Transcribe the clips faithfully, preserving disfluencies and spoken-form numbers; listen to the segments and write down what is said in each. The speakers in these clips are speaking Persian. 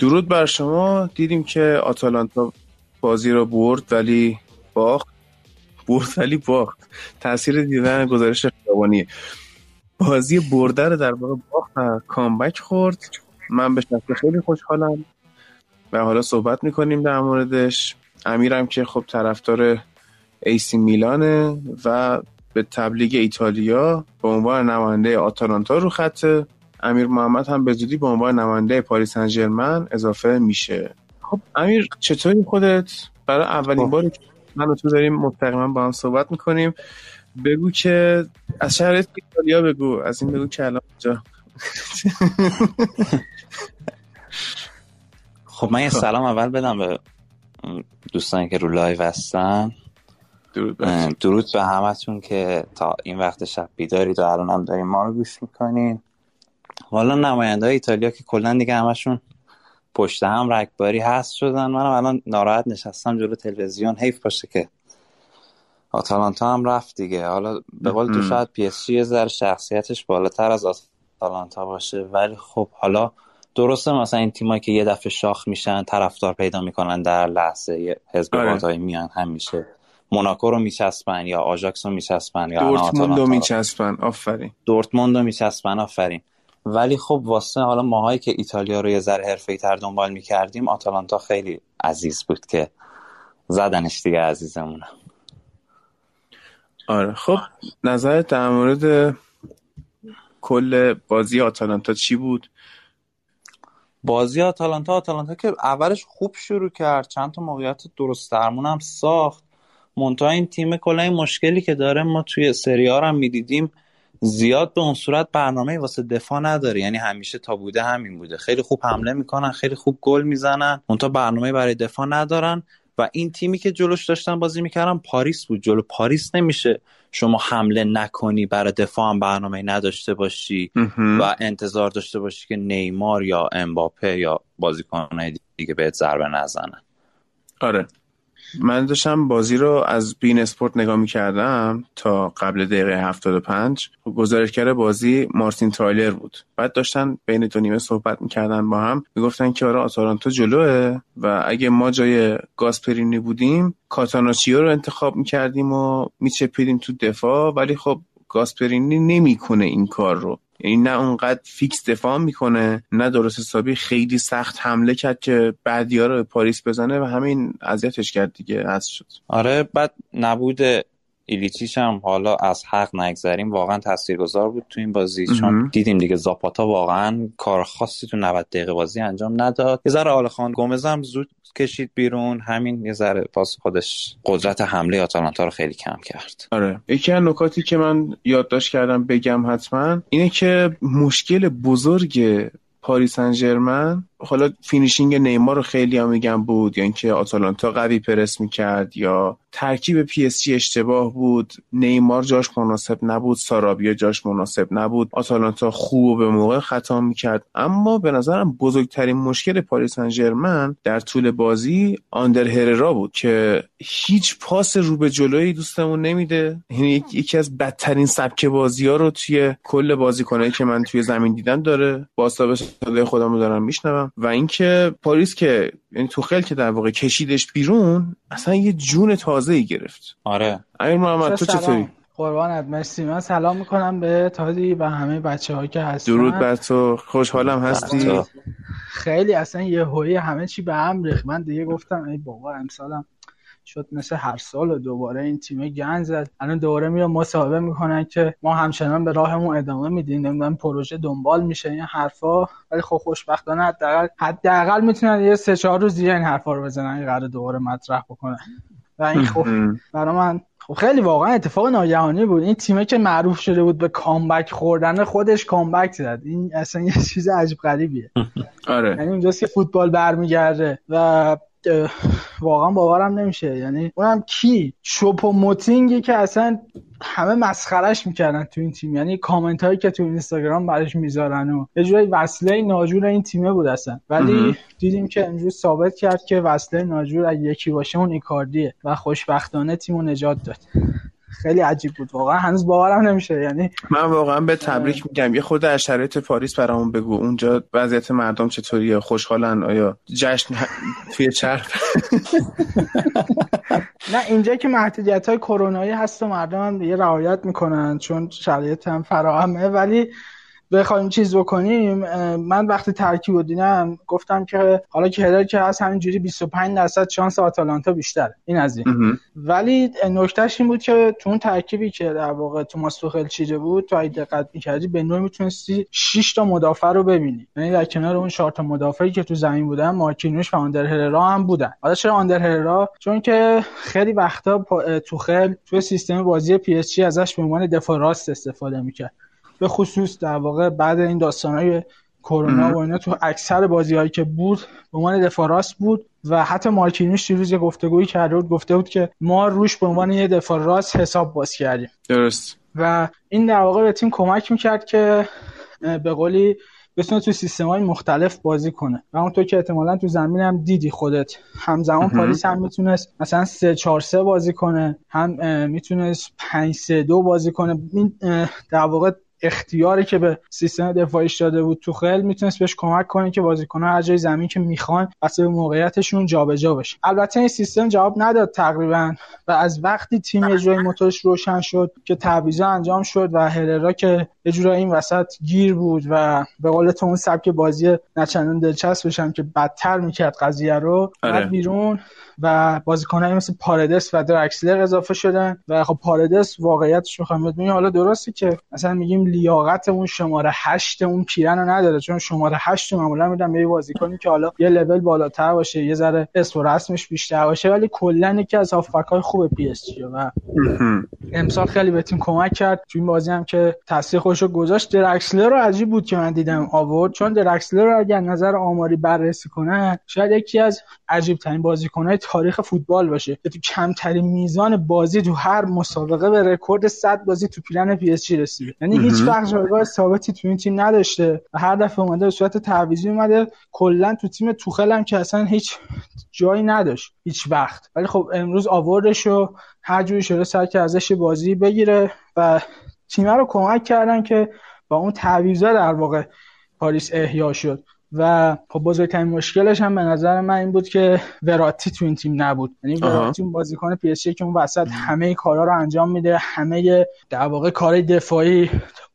درود بر شما. دیدیم که آتالانتا بازی رو برد ولی باخت برد ولی باخت تاثیر دیدن گزارش خیابانیه. بازی برده رو در واقع باخت و کامبک خورد. من به شخصه خیلی خوشحالم و حالا صحبت میکنیم در موردش. امیرم که خب طرفدار ایسی میلانه و به تبلیغ ایتالیا به عنوان نماینده آتالانتا رو خطه. امیر محمد هم به زودی به عنوان نماینده پاریس سن ژرمن اضافه میشه. خب امیر چطوری خودت؟ برای اولین باری که من و تو داریم مستقیما با هم صحبت میکنیم بگو که از شرایط ایتالیا بگو، از این بگو که الان جا. خب من یه سلام اول بدم به دوستانی که رو لایو هستن. درود, درود به همتون که تا این وقت شب بیدارید و الان هم داریم ما رو گوش میکنین. والا نماینده های ایتالیا که کلن دیگه همشون پشت هم رگباری هست شدن. منم الان ناراحت نشستم جلو تلویزیون، حیف باشه که آتالانتا هم رفت دیگه. حالا به قول تو شاید پی اس جی یه ذره شخصیتش بالاتر از آتالانتا باشه، ولی خب حالا درسته مثلا این تیمایی که یه دفعه شاخ میشن طرفدار پیدا میکنن در لحظه، یه حزب بازایی میان همیشه موناکو رو میچسبن یا آژاکس رو میچسبن یا دورتموند رو میچسبن. آفرین دورتموند رو میچسبن آفرین. ولی خب واسه حالا ماهایی که ایتالیا رو یه ذره حرفه‌ای‌تر دنبال میکردیم آتالانتا خیلی عزیز بود که زدنش دیگه عزیزمونه. آره خب نظرت در مورد کل بازی آتالانتا چی بود؟ بازی آتالانتا آتالانتا که اولش خوب شروع کرد، چند تا موقعیت درست درمون هم ساخت. منتها این تیم کلا این مشکلی که داره ما توی سری آ هم میدیدیم زیاد به اون صورت برنامه واسه دفاع نداره. یعنی همیشه تا بوده همین بوده، خیلی خوب حمله میکنن، خیلی خوب گل میزنن، منتها برنامه برای دفاع ندارن. و این تیمی که جلوش داشتن بازی میکردن پاریس بود. جلو پاریس نمیشه شما حمله نکنی برای دفاع هم برنامه نداشته باشی و انتظار داشته باشی که نیمار یا امباپه یا بازیکن‌های دیگه بهت ضربه نزنن. آره من داشتم بازی رو از بین اسپورت نگاه می‌کردم تا قبل دقیقه هفتاد و پنج. گزارشگر بازی مارتین ترایلر بود. بعد داشتن بین دو نیمه صحبت می‌کردن با هم، میگفتن که آره آتالانتا جلوه و اگه ما جای گاسپرینی بودیم کاتاناچیو رو انتخاب می‌کردیم و میچپیدیم تو دفاع، ولی خب گاسپرینی نمی‌کنه این کار رو. یعنی نه اونقدر فیکس دفاع میکنه نه درست حسابی خیلی سخت حمله کرد که بعدیا رو به پاریس بزنه و همین اذیتش کرد دیگه، حذف شد. آره بعد نبود ایلیچیش هم حالا از حق نگذریم واقعا تاثیرگذار بود تو این بازی، چون دیدیم دیگه زاپاتا واقعا کار خاصی تو نود دقیقه بازی انجام نداد. یه ذره آلخان گومز هم زود کشید بیرون، همین یه ذره پاس خودش قدرت حمله آتالانتا رو خیلی کم کرد. آره یکی از نکاتی که من یادداشت کردم بگم حتما اینه که مشکل بزرگ پاریس سن ژرمن، حالا فینیشینگ نیمار رو خیلی هم میگم بود، یا اینکه آتالانتا قوی پرس میکرد یا ترکیب پی اس جی اشتباه بود، نیمار جاش مناسب نبود، سارابیا جاش مناسب نبود، آتالانتا خوب به موقع خطا میکرد. اما به نظرم بزرگترین مشکل پاریس سن ژرمن در طول بازی آندر هررا بود که هیچ پاس رو به جلوی دوستمون نمیده. یعنی یکی از بدترین سبک بازی‌ها رو توی کل بازیکنایی که من توی زمین دیدم داره. واسطه صدای خودمو دارم میشنوم. و اینکه پاریس که یعنی توخل که در واقع کشیدش بیرون اصلا یه جون تازه‌ای گرفت. آره امیر محمد تو چطوری؟ قربانت مرسی. من سلام میکنم به تادی و همه بچه‌ها که هستن. درود بر تو، خوشحالم هستی. خیلی اصلا یه هوی همه چی به هم ریخت. من دیگه گفتم ای بابا امسالم شد مثل هر سال و دوباره این تیم گند زد. الان دوباره میاد مصاحبه میکنن که ما همچنان به راهمون ادامه میدیم، نمیدونم پروژه دنبال میشه این حرفا. ولی خب خوشبختانه حداقل حداقل میتونن یه سه چهار روز دیگه این حرفا رو بزنن، این قراره دوباره مطرح بکنن. و این خب برای من خب خیلی واقعا اتفاق ناگهانی بود. این تیمه که معروف شده بود به کامبک خوردن خودش کامبک زد. این اصلا یه چیز عجیب غریبیه. آره یعنی اونجاست که فوتبال برمیگرده و واقعا باورم نمیشه. یعنی اونم کی؟ چوپوموتینگی که اصلا همه مسخرهش میکردن تو این تیم، یعنی کامنت هایی که تو اینستاگرام برش میذارن و یه جوری وصله ناجور این تیمه بود اصلا. ولی دیدیم که امروز ثابت کرد که وصله ناجور اگه یکی باشه اون ایکاردیه و خوشبختانه تیمو نجات داد. خیلی عجیب بود واقعا، هنوز باورم نمیشه. یعنی من واقعا به تبریک میگم. یه خورده از شرایط پاریس برامون بگو، اونجا وضعیت مردم چطوریه؟ خوشحالن؟ آیا جشن توی چرخ؟ نه اینجا که محدودیت‌های کرونایی هست و مردم هم دیگه رعایت میکنن چون شرایط هم فراهمه، ولی بخوایم چیز بکنیم، من وقتی ترکیب رو دیدم گفتم که حالا که هدر که هست همینجوری بیست و پنج درصد شانس آتالانتا بیشتره این از این. ولی نکتهش این بود که تو اون ترکیبی که در واقع توماس توخل چیده بود، تو اگه دقت می‌کردی به نوعی میتونستی شش تا مدافع رو ببینی، یعنی در کنار اون چهار تا مدافعی که تو زمین بودن مارکینوش و آندر هررا هم بودن. حالا چرا آندر هررا؟ چون که خیلی وقتا توخل تو سیستم بازی پی اس جی ازش به عنوان دفاع راست استفاده می‌کرد، به خصوص در واقع بعد این داستانای کرونا و اینا تو اکثر بازی‌هایی که بود به عنوان دفاع راست بود و حتی مارکینوش دیروز یه گفتگویی کرده بود، گفته بود که ما روش به عنوان یه دفاع راست حساب باز کردیم. درست. و این در واقع به تیم کمک می‌کرد که به قولی بتونه تو سیستم‌های مختلف بازی کنه و اونطور که احتمالاً تو زمین هم دیدی خودت، همزمان پاریس هم میتونست مثلا سه چهار سه بازی کنه، هم میتونست پنج سه دو بازی کنه. این در واقع اختیاری که به سیستم دفاعیش داده بود توخل میتونست بهش کمک کنه که بازیکن‌ها هر جای زمین که میخوان واسه موقعیتشون جابجا بشه. البته این سیستم جواب نداد تقریبا و از وقتی تیم اجرای موتورش روشن شد که تعویضا انجام شد و هررا که یه جورایی این وسط گیر بود و به قول تو اون سبک بازی نچندان دلچسبش هم که بدتر میکرد قضیه رو، بعد بیرون و بازیکنایی مثل پارادس و دراکسلر اضافه شدن و خب پارادس واقعیتش میخوام بگم حالا درسته که مثلا میگیم لیاقت اون شماره هشت اون پیرن رو نداره، چون شماره هشت معمولا میدم یه بازیکنی که حالا یه لول بالاتر باشه، یه ذره اسم و رسمش بیشتر باشه، ولی کلا یکی از هافبک‌های خوب پی اس جی و امسال خیلی به تیم کمک کرد. تو این بازی هم که تاثیر خودش رو گذاشت. دراکسلر رو عجیب بود که من دیدم آورد، چون دراکسلر رو اگر نظر آماری بررسی کنه شاید یکی از عجیب ترین بازیکن‌های تاریخ فوتبال باشه که تو کمترین میزان بازی تو هر مسابقه به رکورد صد بازی تو پیرن پی اس جی رسیده. یعنی هیچ وقت جایگاه ثابتی تو این تیم نداشته و هر دفعه اومده به صورت تعویضی اومده. کلا تو تیم توخل هم که اصلا هیچ جایی نداشت هیچ وقت، ولی خب امروز آوردش و هر جوری شده سر که ازش بازی بگیره و تیم رو کمک کردن که با اون تعویضا در واقع پاریس احیا شد. و خب بزرگترین مشکلش هم به نظر من این بود که وراتی تو این تیم نبود. یعنی وراتی اون بازیکن پی اس جی که اون وسط همه کارا رو انجام میده، همه در واقع کار دفاعی،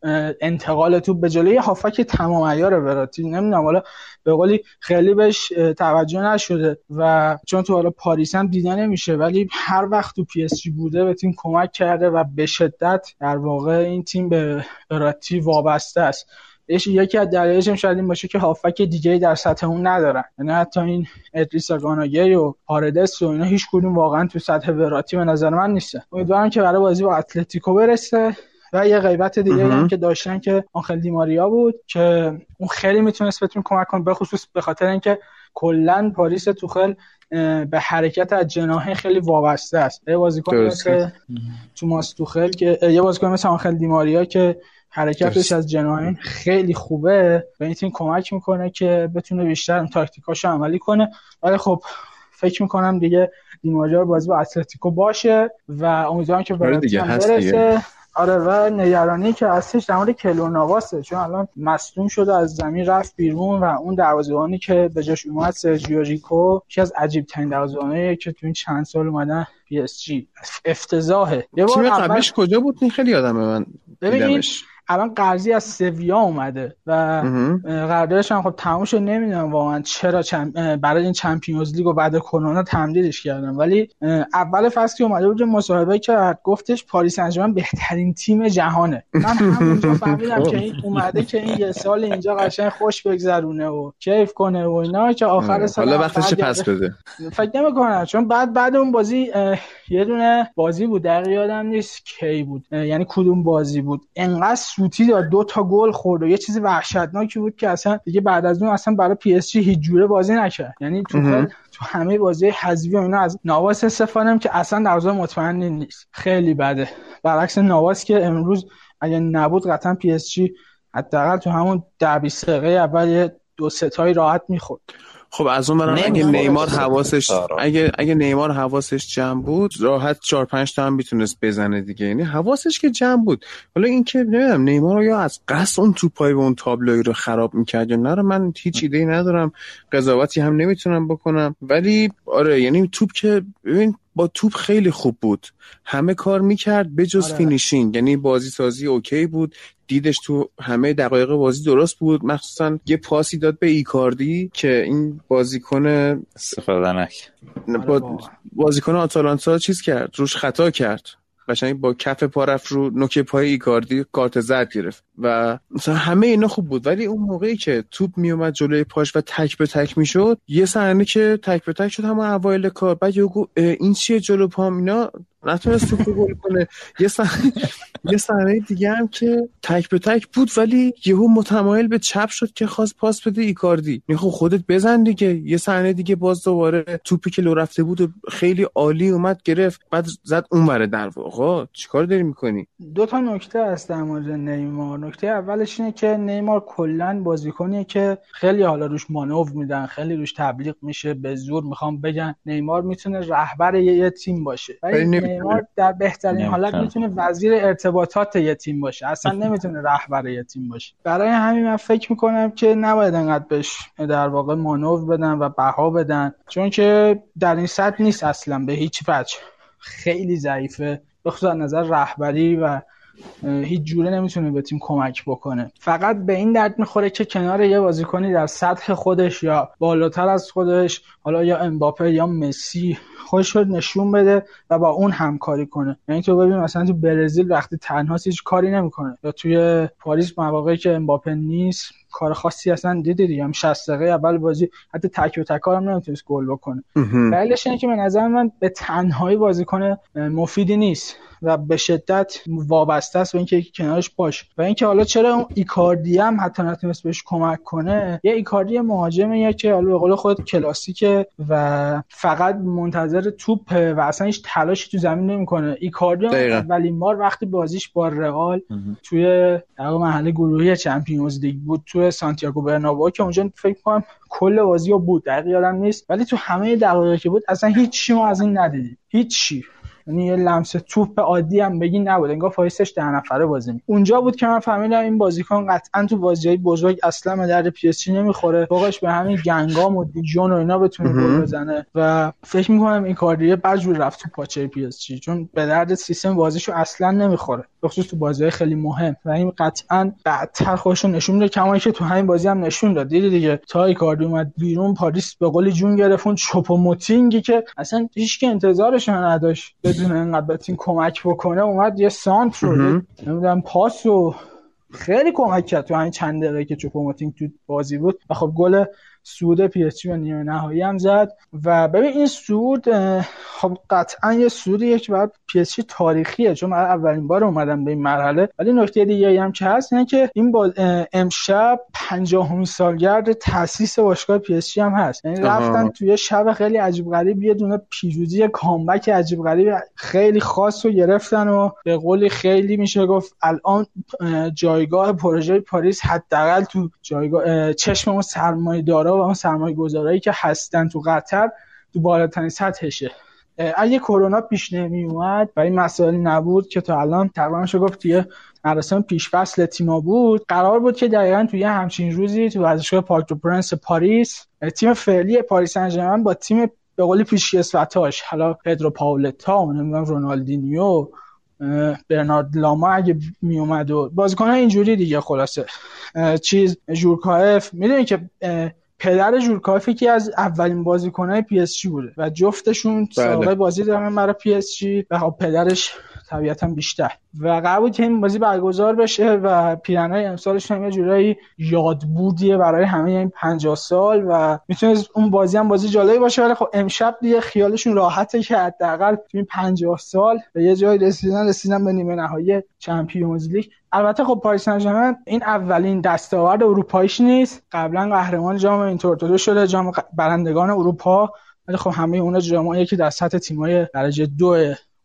انتقال توپ به جلوی هافک تمام عیار وراتی. نمیدونم حالا به قولی خیلی بهش توجه نشده و چون تو حالا پاریس هم دیده نمیشه، ولی هر وقت تو پی اس جی بوده به تیم کمک کرده و به شدت در واقع این تیم به وراتی وابسته است. یکی از دلایلش شاید این باشه که هافک دیگه‌ای در سطح اون ندارن، یعنی حتی این ادریسا گاناگی و پارادس و اینا هیچ کدوم واقعا تو سطح وراتی به نظر من نیستن. امیدوارم که برای بازی با اتلتیکو برسه. و یه غیبت دیگه هم که داشتن که آنخل دیماریا بود که اون خیلی میتونست بهتون کمک کنه، به خصوص به خاطر اینکه کلا پاریس توخل به حرکت از جناح خیلی وابسته است. یه بازیکن مثل توماس توخل که یه بازیکن مثل آنخل دیماریا که حرکتش از جناحین خیلی خوبه، به این تیم کمک میکنه که بتونه بیشتر اون تاکتیکاشو عملی کنه. ولی خب فکر میکنم دیگه دیماریا بازی با اتلتیکو باشه و امیدوارم که برای هم برسه. آره و نگرانی که هستش در مورد کلور نواسه، چون الان مصدوم شده از زمین رفت بیرون و اون دروازه‌بانی که به جاش اومد سرجیو ریکو یکی از عجیب ترین دروازه‌بانایی که تو این چند سال اومدن پی اس جی، افتضاحه. تیم قبلش کجا بود؟ این خیلی یادمه من دیدمش. الان قرضی از سویا اومده و قراردادش هم خب تموم شد. نمیدونم واقعا چرا چم... برای این چمپیونز لیگ و بعد کرونا تمدیدش کردن، ولی اول فصل که اومده بود مصاحبه کرد گفتش پاریس سن ژرمن بهترین تیم جهانه. من همونجا فهمیدم که این اومده که این یه سال اینجا قشنگ خوش بگذرونه و کیف کنه و اینا که آخر سال حالا وقتش پس بده. فکر نمی‌کنم، چون بعد بعد اون بازی یه دونه بازی بود دقیق یادم نیست کی بود، یعنی کدوم بازی بود، انقدر سوتی داد، دو تا گل خورد و یه چیزی وحشتناکی بود که اصلا دیگه بعد از اون اصلا برای پی اس جی هیچ جوره بازی نکرد. یعنی تو تو همه بازی حذفی و اینا از نواس استفاده می‌کنه که اصلا دروازه مطمئن نیست، خیلی بده. برعکس نواس که امروز اگه نبود قطعا پی اس جی حداقل تو همون ده بیست دقیقه اول دو سه تایی راحت می‌خورد. خب از اون برم اگه نیمار حواسش اگه اگه نیمار حواسش جمع بود راحت چهار پنج تا هم میتونست بزنه دیگه. یعنی حواسش که جمع بود. حالا این که نمیدونم نیمار یا از قصد اون توپای و اون تابلوی رو خراب میکرد یا نه رو من هیچ ایده‌ای ندارم، قضاوتی هم نمیتونم بکنم. ولی آره یعنی توپ که ببین با توپ خیلی خوب بود، همه کار میکرد بجز آره. فینیشینگ، یعنی بازی سازی اوکی بود، دیدش تو همه دقایق بازی درست بود، مخصوصا یه پاسی داد به ایکاردی که این بازیکن استفاده نک با بازیکن آتالانتا چیز کرد، روش خطا کرد، قشنگ با کف پا رفت رو نوک پای ایکاردی، کارت زرد گرفت و مثلا همه اینا خوب بود. ولی اون موقعی که توپ می اومد جلوی پاش و تک به تک میشد، یه صحنه که تک به تک شد همون اوایل کار، بعد یهو این چیه جلو پام، اینا نتونست توپ گل کنه. یه صحنه یه صحنه دیگه هم که تک به تک بود ولی یهو متمایل به چپ شد که خواست پاس بده ایکاردی. نه خب خودت بزن دیگه. یه صحنه دیگه باز دوباره توپی که لو رفته بود خیلی عالی اومد گرفت، بعد زد اونور در واقع. چیکار داری میکنی؟ دو تا نکته هست در مورد نیمار. نکته اولش اینه که نیمار کلا بازیکنیه که خیلی حالا روش مانور میدن، خیلی روش تبلیغ میشه، به زور میخوام بگن نیمار میتونه رهبر یه, یه تیم باشه. ولی نیمار در بهترین حالت میتونه وزیر ارتباطات یه تیم باشه، اصلا نمیتونه رهبر یه تیم باشه. برای همین من فکر میکنم که نباید انقدر بهش در واقع مانور بدن و بها بدن، چون که در این سطح نیست اصلا به هیچ وجه. خیلی ضعیفه به خصوص از نظر رهبری و هیچ جوره نمیتونه به تیم کمک بکنه. فقط به این درد میخوره که کنار یه بازیکنی در سطح خودش یا بالاتر از خودش، حالا یا امباپه یا مسی، خودش رو نشون بده و با اون همکاری کنه. یعنی تو ببین مثلا تو برزیل وقتی تنهاست هیچ کاری نمیکنه، یا توی پاریس مواقعی که امباپه نیست کار خاصی اصلا دیدی دیگه، هم شصت دقیقه اول بازی حتی تک و تک هم نمیتونست گل بکنه. دلیلش اینه که به نظر من به تنهایی بازیکن مفیدی نیست و به شدت وابسته است به اینکه کنارش باشه. و اینکه حالا چرا اون ایکاردی هم حتی نتونست بهش کمک کنه، یه ایکاردی مهاجمیه که حالا به قول خودت کلاسیکه و فقط منتظر توپه و اصلا هیچ تلاشی تو زمین نمیکنه. ایکاردی اولین بار وقتی بازیش با رئال توی در مرحله گروهی چمپیونز لیگ بود توی سانتیاگو برنابئو که اونجا فکر کنم کل بازیو بود، دقیق یادم نیست، ولی تو همه دقایقی که بود اصلا هیچ چی ما از این ندیدیم، هیچ چی. یعنی یه لمس توپ عادی هم بگی نبود، انگار فایسش ده نفره بازی می. اونجا بود که من فهمیدم این بازیکن قطعا تو بازیای بزرگ اصلا به درد پی اس جی نمیخوره، فوقش به همین گنگام و دیجون و اینا بتونه گل بزنه و فکر میکنم این کاریه بدجور رفت تو پاچه پی اس جی، چون به درد سیستم بازیشو اصلا نمیخوره، به خصوص تو بازیای خیلی مهم. و این قطعا بعدتر خودش رو نشون میده، کما اینکه تو همین بازی هم نشون داد. دیدی دیگه تا ایکاردی اومد بیرون پاریس به قول جون گرفتون چوپوموتینگی که اصلا هیچ کی انتظارش نداشت بدون انقدر به تیم کمک بکنه اومد یه سانت رو نمیدونم پاس و خیلی کمک کرد تو همین چند دقیقه که چوپوموتینگ تو بازی بود و خب گل صعود پی اس جی به نیمه نهایی هم زد. و ببین این صعود خب قطعا یه صعودیه که بعد پی اس جی تاریخیه، چون من اولین بار اومدم به این مرحله. ولی نکته دیگه هم که هست اینه که این با امشب پنجاهمین سالگرد تأسیس باشگاه پی اس جی هم هست، یعنی رفتن توی شب خیلی عجیب غریب یه دونه پیروزی کامبک عجیب غریب خیلی خاص رو گرفتن و به قولی خیلی میشه گفت الان جایگاه پروژه پاریس حداقل تو جایگاه چشم اون سرمایه‌دارا و اون سرمایه‌گذارایی که هستن تو قطر تو بالاترین سطحشه. اگه کرونا پیش نمی اومد و این مسائلی نبود که تا الان تقریبا شو گفت توی مراسم پیش فصل تیم‌ها بود، قرار بود که دقیقاً توی همچین روزی تو ورزشگاه پارک دو پرنس پاریس تیم فعلی پاریس سن ژرمن با تیم به قولی پیشکسوتاش، حالا پدرو پاولتا و نمیدونم رونالدینیو، برنارد لاما اگه می اومد و بازیکن‌ها اینجوری دیگه، خلاصه چیز ژورکایف، میدونی که پدر ژورکایف یکی از اولین بازیکن‌های پی اس جی بوده و جفتشون سابقه بازی دارن برای پی اس جی و خب پدرش طبیعتاً بیشتر. و قرار بود که این بازی برگزار بشه و پیرنهای امسالش هم یه جورایی یادبودیه برای همه این پنجاه سال و میتونه اون بازی هم بازی جالبی باشه. ولی خب امشب دیگه خیالشون راحته که حداقل تو این پنجاه سال به یه جای رسیدن رسیدن به نیمه نهایی چمپیونز لیگ. البته خب پاریس سن ژرمن این اولین دستاورد اروپاییش نیست، قبلا قهرمان جام اینترتوتو شده، جام برندگان اروپا، ولی خب همه اونها جامایی که در سطح تیم‌های درجه دو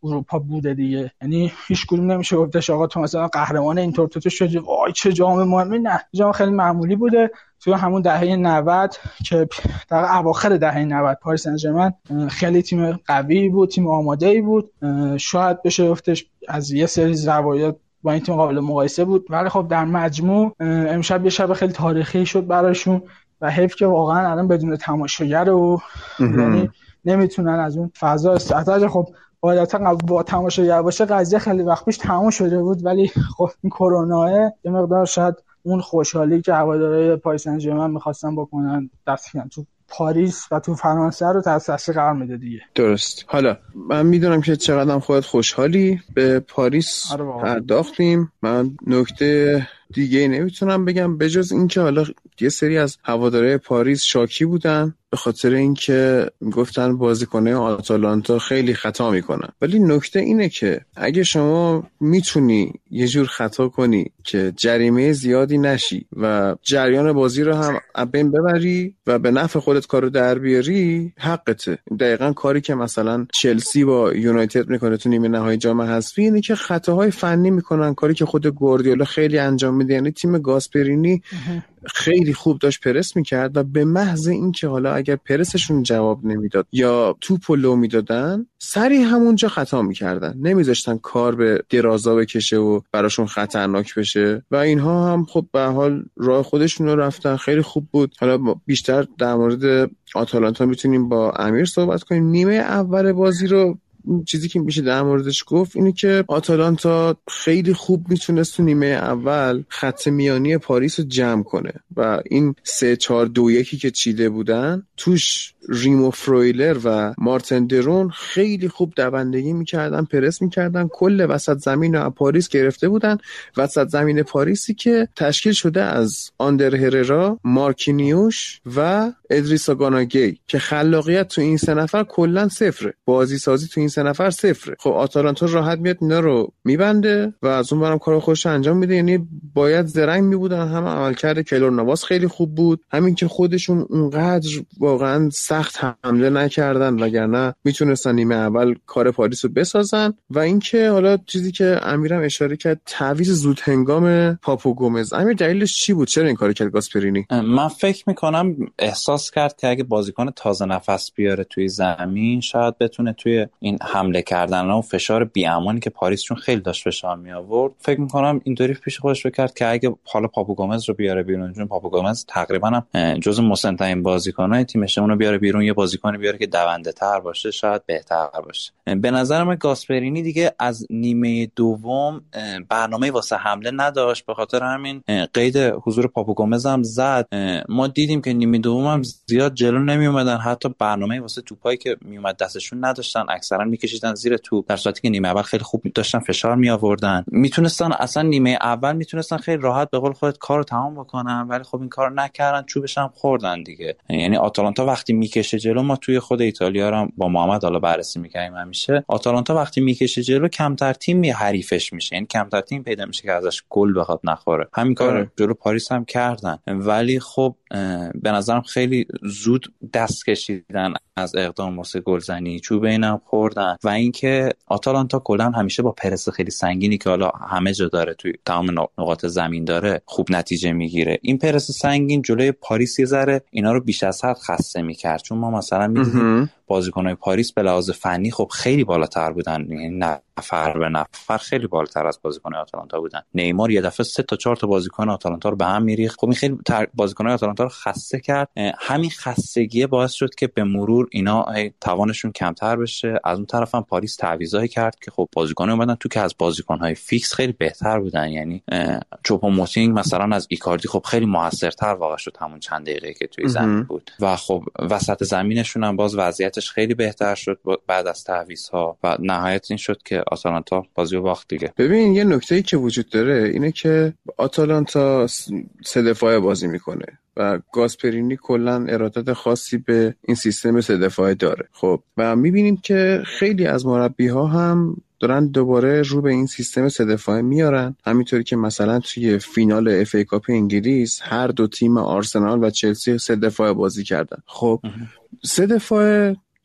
اروپا بوده دیگه. یعنی هیچ کدوم نمیشه گفتش آقا تو مثلا قهرمان این تورنتو شدی وای چه جام مهمی، نه جام خیلی معمولی بوده. تو همون دهه نود که در اواخر دهه نود پاریس سن ژرمن خیلی تیم قوی بود، تیم آماده‌ای بود، شاید بشه گفتش از یه سری روایات با این تیم قابل مقایسه بود، ولی خب در مجموع امشب یه شب خیلی تاریخی شد براشون و حیف که واقعا الان بدون تماشاگر و یعنی نمیتونن از اون فضا استفاده. خب عادتا با تماشاگر باشه قضیه خیلی وقت پیش تموم شده بود، ولی خب این کرونا یه مقدار شاید اون خوشحالی که هوادارهای پاریس سن ژرمن می‌خواستن بکنن دست کم تو پاریس و تو فرانسه رو تحت تاثیر قرار میده دیگه. درست. حالا من میدونم که چقدر خودت خوشحالی به پاریس پرداختیم. من نکته دیگه نمیتونم بگم بجز این که حالا یه سری از هوادارهای پاریس شاکی بودن به خاطر اینکه گفتن بازیکن‌های آتالانتا خیلی خطا میکنن، ولی نکته اینه که اگه شما میتونی یه جور خطا کنی که جریمه زیادی نشی و جریان بازی رو هم بین ببری و به نفع خودت کارو در بیاری، حقته. دقیقاً کاری که مثلا چلسی با یونایتد میکنه تو نیمه نهایی جام حذفی، اینه که خطاهای فنی میکنن، کاری که خود گواردیولا خیلی انجام میده. یعنی تیم گاسپرینی خیلی خوب داشت پرس میکرد و به محض این که حالا اگر پرسشون جواب نمیداد یا توپو لو میدادن، سری همونجا خطا میکردن، نمیذاشتن کار به درازا بکشه و براشون خطرناک بشه و اینها هم خب به حال راه خودشون رو رفتن. خیلی خوب بود. حالا بیشتر در مورد آتالانتا میتونیم با امیر صحبت کنیم. نیمه اول بازی رو چیزی که میشه در موردش گفت اینه که آتالانتا خیلی خوب میتونست تو نیمه اول خط میانی پاریس رو جمع کنه و این سه چهار دو یکی که چیده بودن توش ریمو فرویلر و مارتن درون خیلی خوب دوندگی میکردن، پرس میکردن، کل وسط زمین رو پاریس گرفته بودن. وسط زمین پاریسی که تشکیل شده از آندر هررا، مارکینیوش و ادریسا گاناگی که خلاقیت تو این سه نفر کلا صفره، بازی سازی تو این سه نفر صفره. خب آتالانتا راحت میاد اینا رو میبنده و از اون برام کارو خودش انجام میده. یعنی باید زرنگ میبودن. هم عملکرد کیلور نواس خیلی خوب بود، همین که خودشون اونقدر واقعا سخت حمله نکردن، وگرنه میتونستن نیمه اول کار پاریس رو بسازن. و اینکه حالا چیزی که امیرم اشاره کرد، تعویض زود هنگام پاپو گومز، امیر دلیلش چی بود؟ چرا این کارو کرد گاسپرینی؟ من فکر میکنم احساس کرد که اگه بازیکن تازه نفس بیاره توی زمین شاید بتونه توی این حمله کردن و فشار بی‌امانی که پاریس چون خیلی داشت فشار می آورد، فکر میکنم اینطوری پیش خودش بکرد که اگه حالا پاپو گومز رو بیاره بیرون، چون پاپو گومز تقریبا هم جزو مسن‌ترین بازیکن‌های تیمشه، اون رو بیاره بیرون، یه بازیکن بیاره که دونده تر باشه، شاید بهتر باشه. به نظر من گاسپرینی دیگه از نیمه دوم برنامه واسه حمله نداشت، به خاطر همین قید حضور پاپو گومز هم زد. ما دیدیم که نیمه دوم هم زیاد جلو نمی اومدن، حتی برنامه واسه توپایی که می اومد دستشون نداشتن، اکثرا میکشیدن زیر توپ، در صورتی که نیمه اول خیلی خوب داشتن فشار می آوردن. میتونستن اصلا نیمه اول میتونستن خیلی راحت به قول خودت کارو تمام بکنن، ولی خب این کارو نکردن، چوبش هم خوردن دیگه. یعنی آتالانتا وقتی میکشه جلو، ما توی خود ایتالیا رو با محمد حالا بررسی می‌کنیم همیشه، آتالانتا وقتی میکشه جلو کمتر تیم حریفش میشه، یعنی کمتر تیم پیدا میشه که ازش گل بخواد نخوره. همین کار جلو پاریس هم کردن، ولی خب به نظرم خیلی زود دست کشیدن از اقدام واسه گلزنی، چوب اینم خوردن. و اینکه آتالانتا کلا همیشه با پرس خیلی سنگینی که حالا همه جا داره، توی تمام نقاط زمین داره، خوب نتیجه میگیره. این پرس سنگین جلوی پاریس یه ذره اینا رو بیش از حد خسته میکرد، چون ما مثلا می‌دیدیم بازیکن‌های پاریس به لحاظ فنی خب خیلی بالاتر بودن، یعنی نفر به نفر خیلی بالاتر از بازیکن‌های آتالانتا بودن. نیمار یه دفعه سه تا چهار تا بازیکن آتالانتا رو به هم میریخت. خب این خیلی بازیکن‌های آتالانتا رو خسته کرد. همین خستگی باعث شد که به مرور اینا توانشون کمتر بشه. از اون طرف هم پاریس تعویضایی کرد که خب بازیکن‌ها اومدن تو که از بازیکن‌های فیکس خیلی بهتر بودن، یعنی چوپوموتینگ مثلا از ایکاردی خب خیلی موثرتر واقع شد همون چند دقیقه‌ای که توی زمین بود. و خب وسط زمینشون هم باز وضعیت خیلی بهتر شد بعد از تعویض‌ها و نهایت این شد که آتالانتا بازی رو باخت دیگه. ببین یه نکته‌ای که وجود داره اینه که آتالانتا سه دفاعه بازی میکنه و گاسپرینی کلا ارادت خاصی به این سیستم سه دفاعه داره. خب و میبینیم که خیلی از مربی‌ها هم دارن دوباره رو به این سیستم سه دفاعه میارن، همینطوری که مثلا توی فینال اف ای کاپ انگلیس هر دو تیم آرسنال و چلسی سه دفاعه بازی کردن. خب سه دفاعه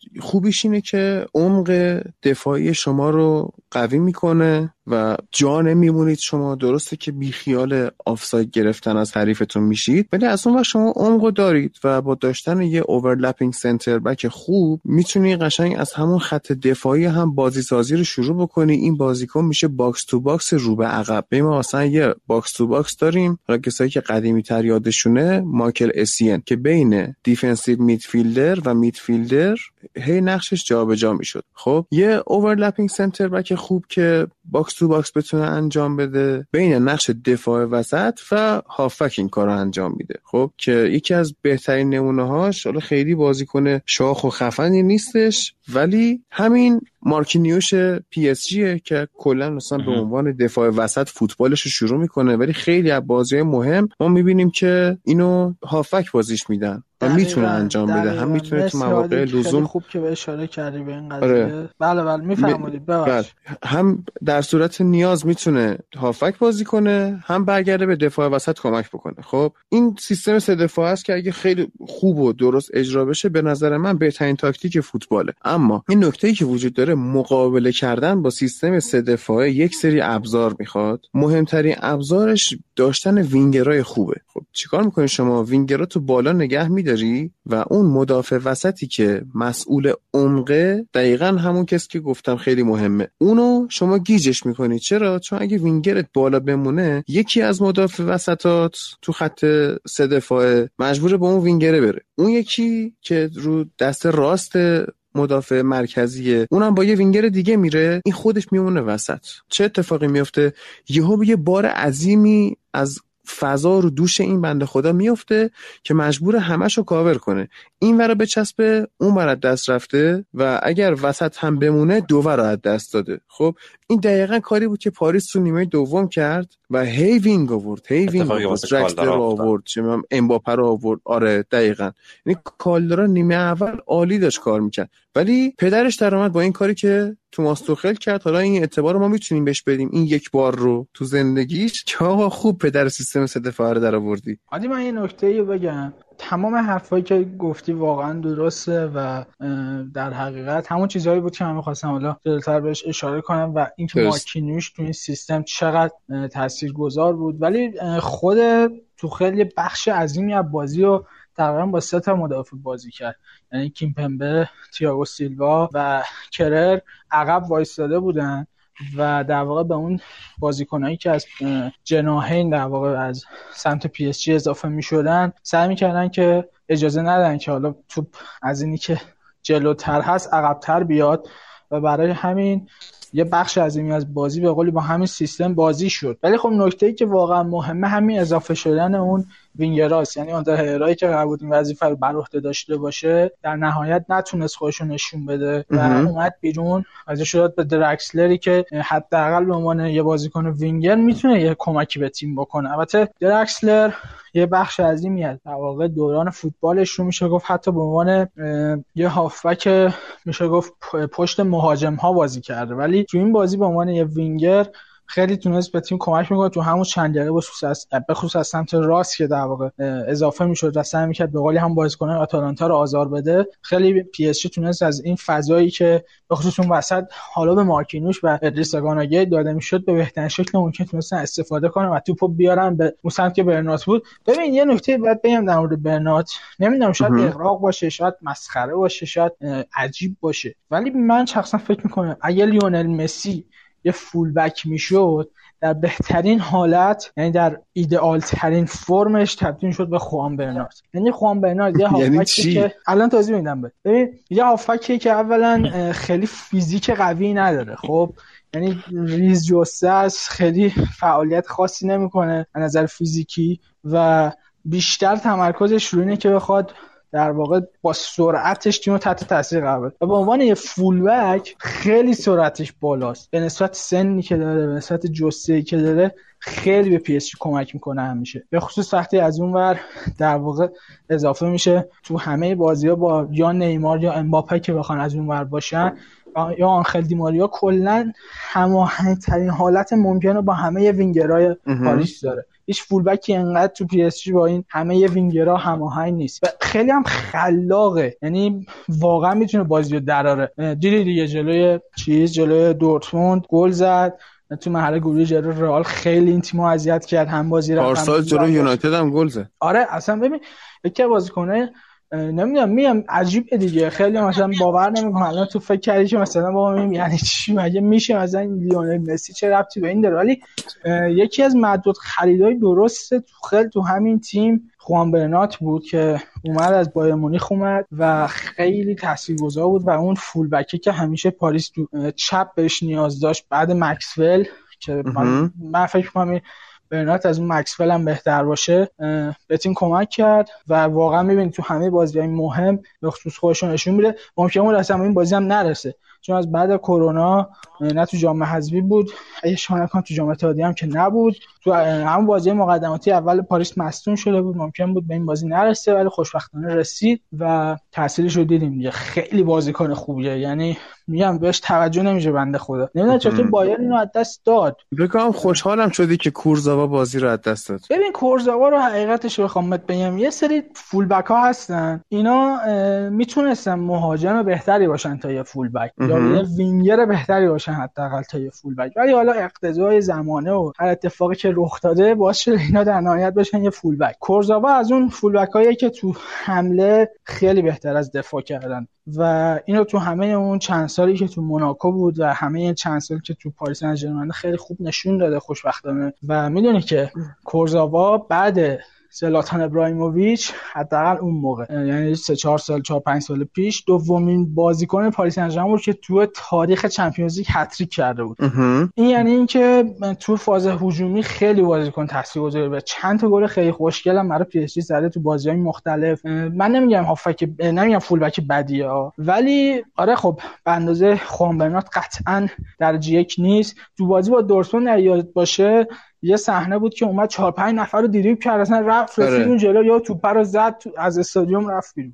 خوبیش اینه که عمق دفاعی شما رو قوی میکنه و جا نمیمونید شما. درسته که بی خیال آفساید گرفتن از حریفتون میشید، ولی از اون وقت شما عمق دارید و با داشتن یه اوورلپینگ سنتر بک خوب میتونی قشنگ از همون خط دفاعی هم بازی سازی رو شروع بکنی. این بازیکن میشه باکس تو باکس رو به عقب. ببین ما مثلا یه باکس تو باکس داریم، حالا کسایی که قدیمی تر یادشونه، مایکل اسین که بین دیفنسیو میدفیلدر و میدفیلدر هی نقشش جابجا میشد. خب یه اوورلپینگ سنتر بک خوب که باکس تو باکس بتونه انجام بده، بین نقش دفاع وسط و هافک این کارو انجام میده. خب که یکی از بهترین نمونه‌هاش، حالا خیلی بازیکن شاخ و خفنی نیستش، ولی همین مارکینیوش پی اس جیه که کلا مثلا به عنوان دفاع وسط فوتبالش رو شروع میکنه، ولی خیلی از بازی‌های مهم ما میبینیم که اینو هافک بازیش میدن و میتونه انجام بده. هم میتونه تو مواقع لزوم، خوب که به اشاره کردی به این قضیه. آره. بله بله میفهمید. ببخشید. هم در صورت نیاز میتونه هافک بازی کنه، هم برگرده به دفاع وسط کمک بکنه. خب این سیستم سه دفاعه است که اگه خیلی خوب و درست اجرا بشه به نظر من بهترین تاکتیک فوتباله. اما این نکته‌ای که وجود داره، مقابله کردن با سیستم سه دفاعه یک سری ابزار میخواد. مهمترین ابزارش داشتن وینگرای خوبه. خب چیکار میکنی شما؟ وینگرها تو بالا نگه میداری و اون مدافع وسطی که مسئول عمقه، دقیقاً همون کسی که گفتم خیلی مهمه، اونو شما گیجش میکنی. چرا؟ چون اگه وینگرت بالا بمونه، یکی از مدافع وسطات تو خط سه دفاعه مجبوره به اون وینگره بره، اون یکی که رو دست راست مدافع مرکزیه اونم با یه وینگر دیگه میره، این خودش میمونه وسط. چه اتفاقی میفته؟ یهو یه بار عظیمی از فضا رو دوش این بنده خدا میفته که مجبور همشو کاور کنه. این ورا بچسبه، اون ورا دست رفته و اگر وسط هم بمونه دو ورا از دست داده. خب این دقیقاً کاری بود که پاریس تو نیمه دوم کرد و هی وینگ آورد، هی وینگ آورد، رکستر آورد، چه امباپه رو آورد. آره دقیقاً. یعنی کالدرا نیمه اول عالی داشت کار میکرد، ولی پدرش در اومد با این کاری که توماس توخل کرد. حالا این اعتبار ما میتونیم بهش بدیم این یک بار رو تو زندگیش که آقا خوب پدر سیستم سه دفاعه رو در آوردی. عادی من یه نکته‌ای بگم، تمام حرفایی که گفتی واقعا درسته و در حقیقت همون چیزهایی بود که من می‌خواستم حالا جلوتر بهش اشاره کنم و اینکه مارکینیوش تو این سیستم چقدر تاثیرگذار بود. ولی خود توخل یه بخش عظیمی از بازی رو تقریبا با سه تا مدافع بازی کرد، یعنی کیمپمبه، تییاگو سیلوا و کرر عقب وایستاده بودن و در واقع به اون بازیکنایی که از جناحین در واقع از سمت پی اس جی اضافه می‌شدن سعی می‌کردن که اجازه ندن که حالا توپ از اینی که جلوتر هست عقب‌تر بیاد و برای همین یه بخش عظیمی از بازی به قولی با همین سیستم بازی شد. ولی خب نکته‌ای که واقعا مهمه همین اضافه شدن اون وینگراست، یعنی اون هرایی که قرار بود این وظیفه رو بر عهده داشته باشه در نهایت نتونست خودش رو نشون بده و اومد بیرون، ازش شد به درکسلری که حداقل به عنوان یه بازیکن وینگر میتونه یه کمکی به تیم بکنه. البته درکسلر یه بخش عظیمی از در واقع دوران فوتبالش رو میشه گفت حتی به عنوان یه هافبک میشه گفت پشت مهاجم ها بازی کرده، ولی تو این بازی به عنوان یه وینگر خیلی تونست به تیم کمک میکنه. تو همون چند دقیقه به خصوص به خصوص سمت راست که در واقع اضافه میشد و سعی میکرد به قولی هم بازیکنان آتالانتا رو آزار بده، خیلی پی اس جی تونست از این فضایی که به خصوص اون وسط حالا به مارکینوش و ادریس گاناگی داده میشد به بهترین شکل ممکن تونستن استفاده کنن و توپو بیارن به اون سمت که برنات بود. ببین یه نکته بعد بگم در مورد برنات، نمیدونم شاید اغراق باشه، شاید مسخره باشه، شاید عجیب باشه، ولی من شخصا فکر میکنم اگه لیونل مسی یه فول بک میشد در بهترین حالت، یعنی در ایدئال ترین فرمش تبدیل شد به خوان برنارد. یعنی خوان برنارد یه هافکی که الان توضیح میدم بهت. ببین یه هافکی که اولا خیلی فیزیک قوی نداره، خب یعنی ریز جثه است، خیلی فعالیت خاصی نمیکنه از نظر فیزیکی و بیشتر تمرکزش روی اینه که بخواد در واقع با سرعتش تیمو تحت تاثیر قرار بده و به عنوان یه فول بک خیلی سرعتش بالاست به نسبت سنی که داره، به نسبت جثه‌ای که داره خیلی به پی اس جی کمک میکنه همیشه، به خصوص وقتی از اون ور در واقع اضافه میشه تو همه بازی‌ها با یا نیمار یا امباپه که بخوان از اون ور باشن یا آنخل دی ماریا، کلا هماهنگ‌ترین حالت ممکنه با همه وینگرهای پاریس داره. هیچ فولبکی انقدر تو پی اس جی با این همه وینگرها هماهنگ نیست و خیلی هم خلاقه، یعنی واقعا میتونه بازی رو دراره. دیدی دیگه جلوی چیز جلوی دورتموند گل زد، تو مرحله گروهی جلوی رئال خیلی این تیمو اذیت کرد، هم بازی رو پارسال جلوی یونایتد هم گل زد. آره اصلا ببین یکی بازیکنه نمیدونم میگم عجیبه دیگه، خیلی مثلا باور نمیکنم الان تو فکر کردی که مثلا بابا میگم یعنی چی مگه میشه مثلا لیونل مسی چه ربطی به این داره، ولی یکی از معدود خریدای درسته تو خیلی تو همین تیم خوان برنات بود که اومد از بایر مونیخ اومد و خیلی تاثیرگذار بود و اون فول بکی که همیشه پاریس تو چپ بهش نیاز داشت بعد مکسول که من, من فکر می‌کنم برنات از اون مکسول هم بهتر باشه به تیم کمک کرد و واقعا میبینید تو همه بازی‌های مهم به خصوص خودشون نشون میده. ممکنه اون اصلا این بازی هم نرسه چون از بعد کرونا نه تو جام حذفی بود، اگه شما نکنم تو جام اتحادیه هم که نبود، تو همون بازی مقدماتی اول پاریس مصدوم شده بود، ممکن بود به این بازی نرسه ولی خوشبختانه رسید و تاثیرش رو دیدیم دیگه. خیلی بازیکن خوبیه، یعنی میگم بهش توجه نمیشه بنده خدا. نمیدونم چطور بایر اینو از دست داد. بگم خوشحالم شدی که کورزاوا بازی رو از دست داد. ببین کورزاوا رو حقیقتش بخوام بگم یه سری فول بک ها هستن اینا میتونستن مهاجم بهتری باشن تا یه فول بک یا یه وینگر بهتری باشن حداقل تا یه فول بک، ولی حالا اقتضای زمانه و هر اتفاقی که رخ داده باعث شده اینا در نهایت بشن یه فول بک. کورزاوا از اون فول بک هایی که تو حمله خیلی بهتر از دفاع کردن و اینو تو همه اون چند سالی که تو موناکو بود و همه این چند سالی که تو پاریس سن ژرمن خیلی خوب نشون داده خوشبختانه. و میدونی که کورزاوا بعد زلاتان ابراهیموویچ حداقل اون موقع یعنی سه چهار سال چهار پنج سال پیش دومین بازیکن پاریس سن ژرمن بود که تو تاریخ چمپیونز لیگ هتریک کرده بود. این یعنی اینکه تو فاز هجومی خیلی بازیکن تاثیرگذاره و چند تا گل خیلی خوشگل هم برای پی اس جی زده تو بازی‌های مختلف. من نمیگم هافک نمیگم فول بک بدیه ولی آره خب به اندازه خوان برنات قطعاً درجه یک نیست. تو بازی با دورتموند یاد باشه یه صحنه بود که اومد چهار پنج نفر رو دریبل کرد اصلا رفت رسید اون جلو یا توپ رو زد از استادیوم رفت بیرون.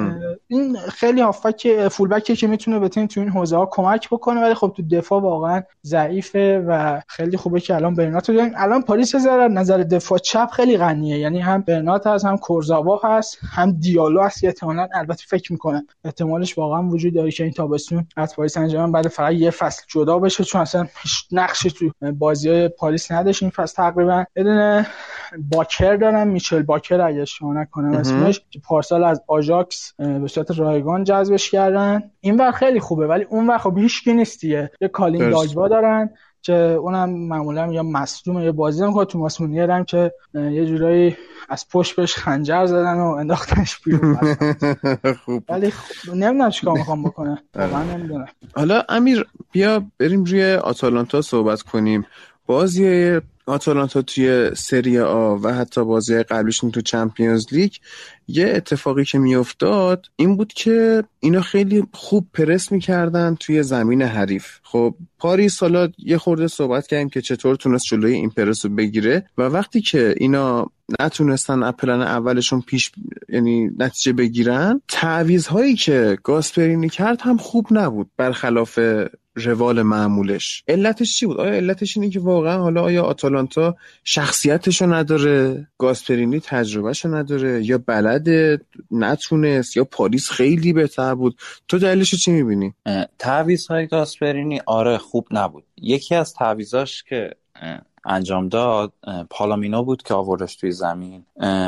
این خیلی هافک فول بکیه که میتونه بتونه تو این حوزه ها کمک بکنه ولی خب تو دفاع واقعا ضعیفه و خیلی خوبه که الان برنات رو داریم. الان پاریس از نظر دفاع چپ خیلی غنیه، یعنی هم برنات هست هم کورزاوا هست هم دیالو هست که احتمالاً البته فکر میکنه احتمالش واقعا وجود داره که این تابستون از پاریس سن ژرمن بعد فقط یه فصل جدا بشه چون اصلا هیچ نقشی تو بازی‌های پاریس نداشت این فصل تقریبا. بدون باکر دارن میچل باکر اگه شما نکنم اسمش که پارسال از آژاکس به صورت رایگان جذبش کردن. این ور خیلی خوبه ولی اون ور خب هیچکی نیست دیگه. یه کالین داگوا دارن که اونم معمولا یا مصدومه یا بازی نمی‌کنه. توماس مونیر هم که یه جورایی از پشت بهش خنجر زدن و انداختنش بیرون. خوب ولی خب نمیدونم چیکار می‌خوام بکنه واقعا نمیدونم. حالا امیر بیا بریم روی آتالانتا صحبت کنیم. بازی آتالانتا توی سری آ و حتی بازی قبلیشون تو چمپیونز لیگ یه اتفاقی که میافتاد این بود که اینا خیلی خوب پرس میکردن توی زمین حریف. خب پاریس حالا یه خورده صحبت کردیم که چطور تونست جلوی این پرس رو بگیره و وقتی که اینا نتونستن اپلان اولشون پیش یعنی نتیجه بگیرن، تعویض‌هایی که گاسپرینی کرد هم خوب نبود برخلاف روال معمولش. علتش چی بود؟ آیا علتش اینه که واقعا حالا آیا آتالانتا شخصیتشو نداره، گاسپرینی تجربهشو نداره، یا بلده نتونست، یا پاریس خیلی بهتر بود؟ تو دلیلشو چی میبینی؟ تعویض‌های گاسپرینی آره خوب نبود. یکی از تعویضاش که انجام داد پالامینو بود که آوردش توی زمین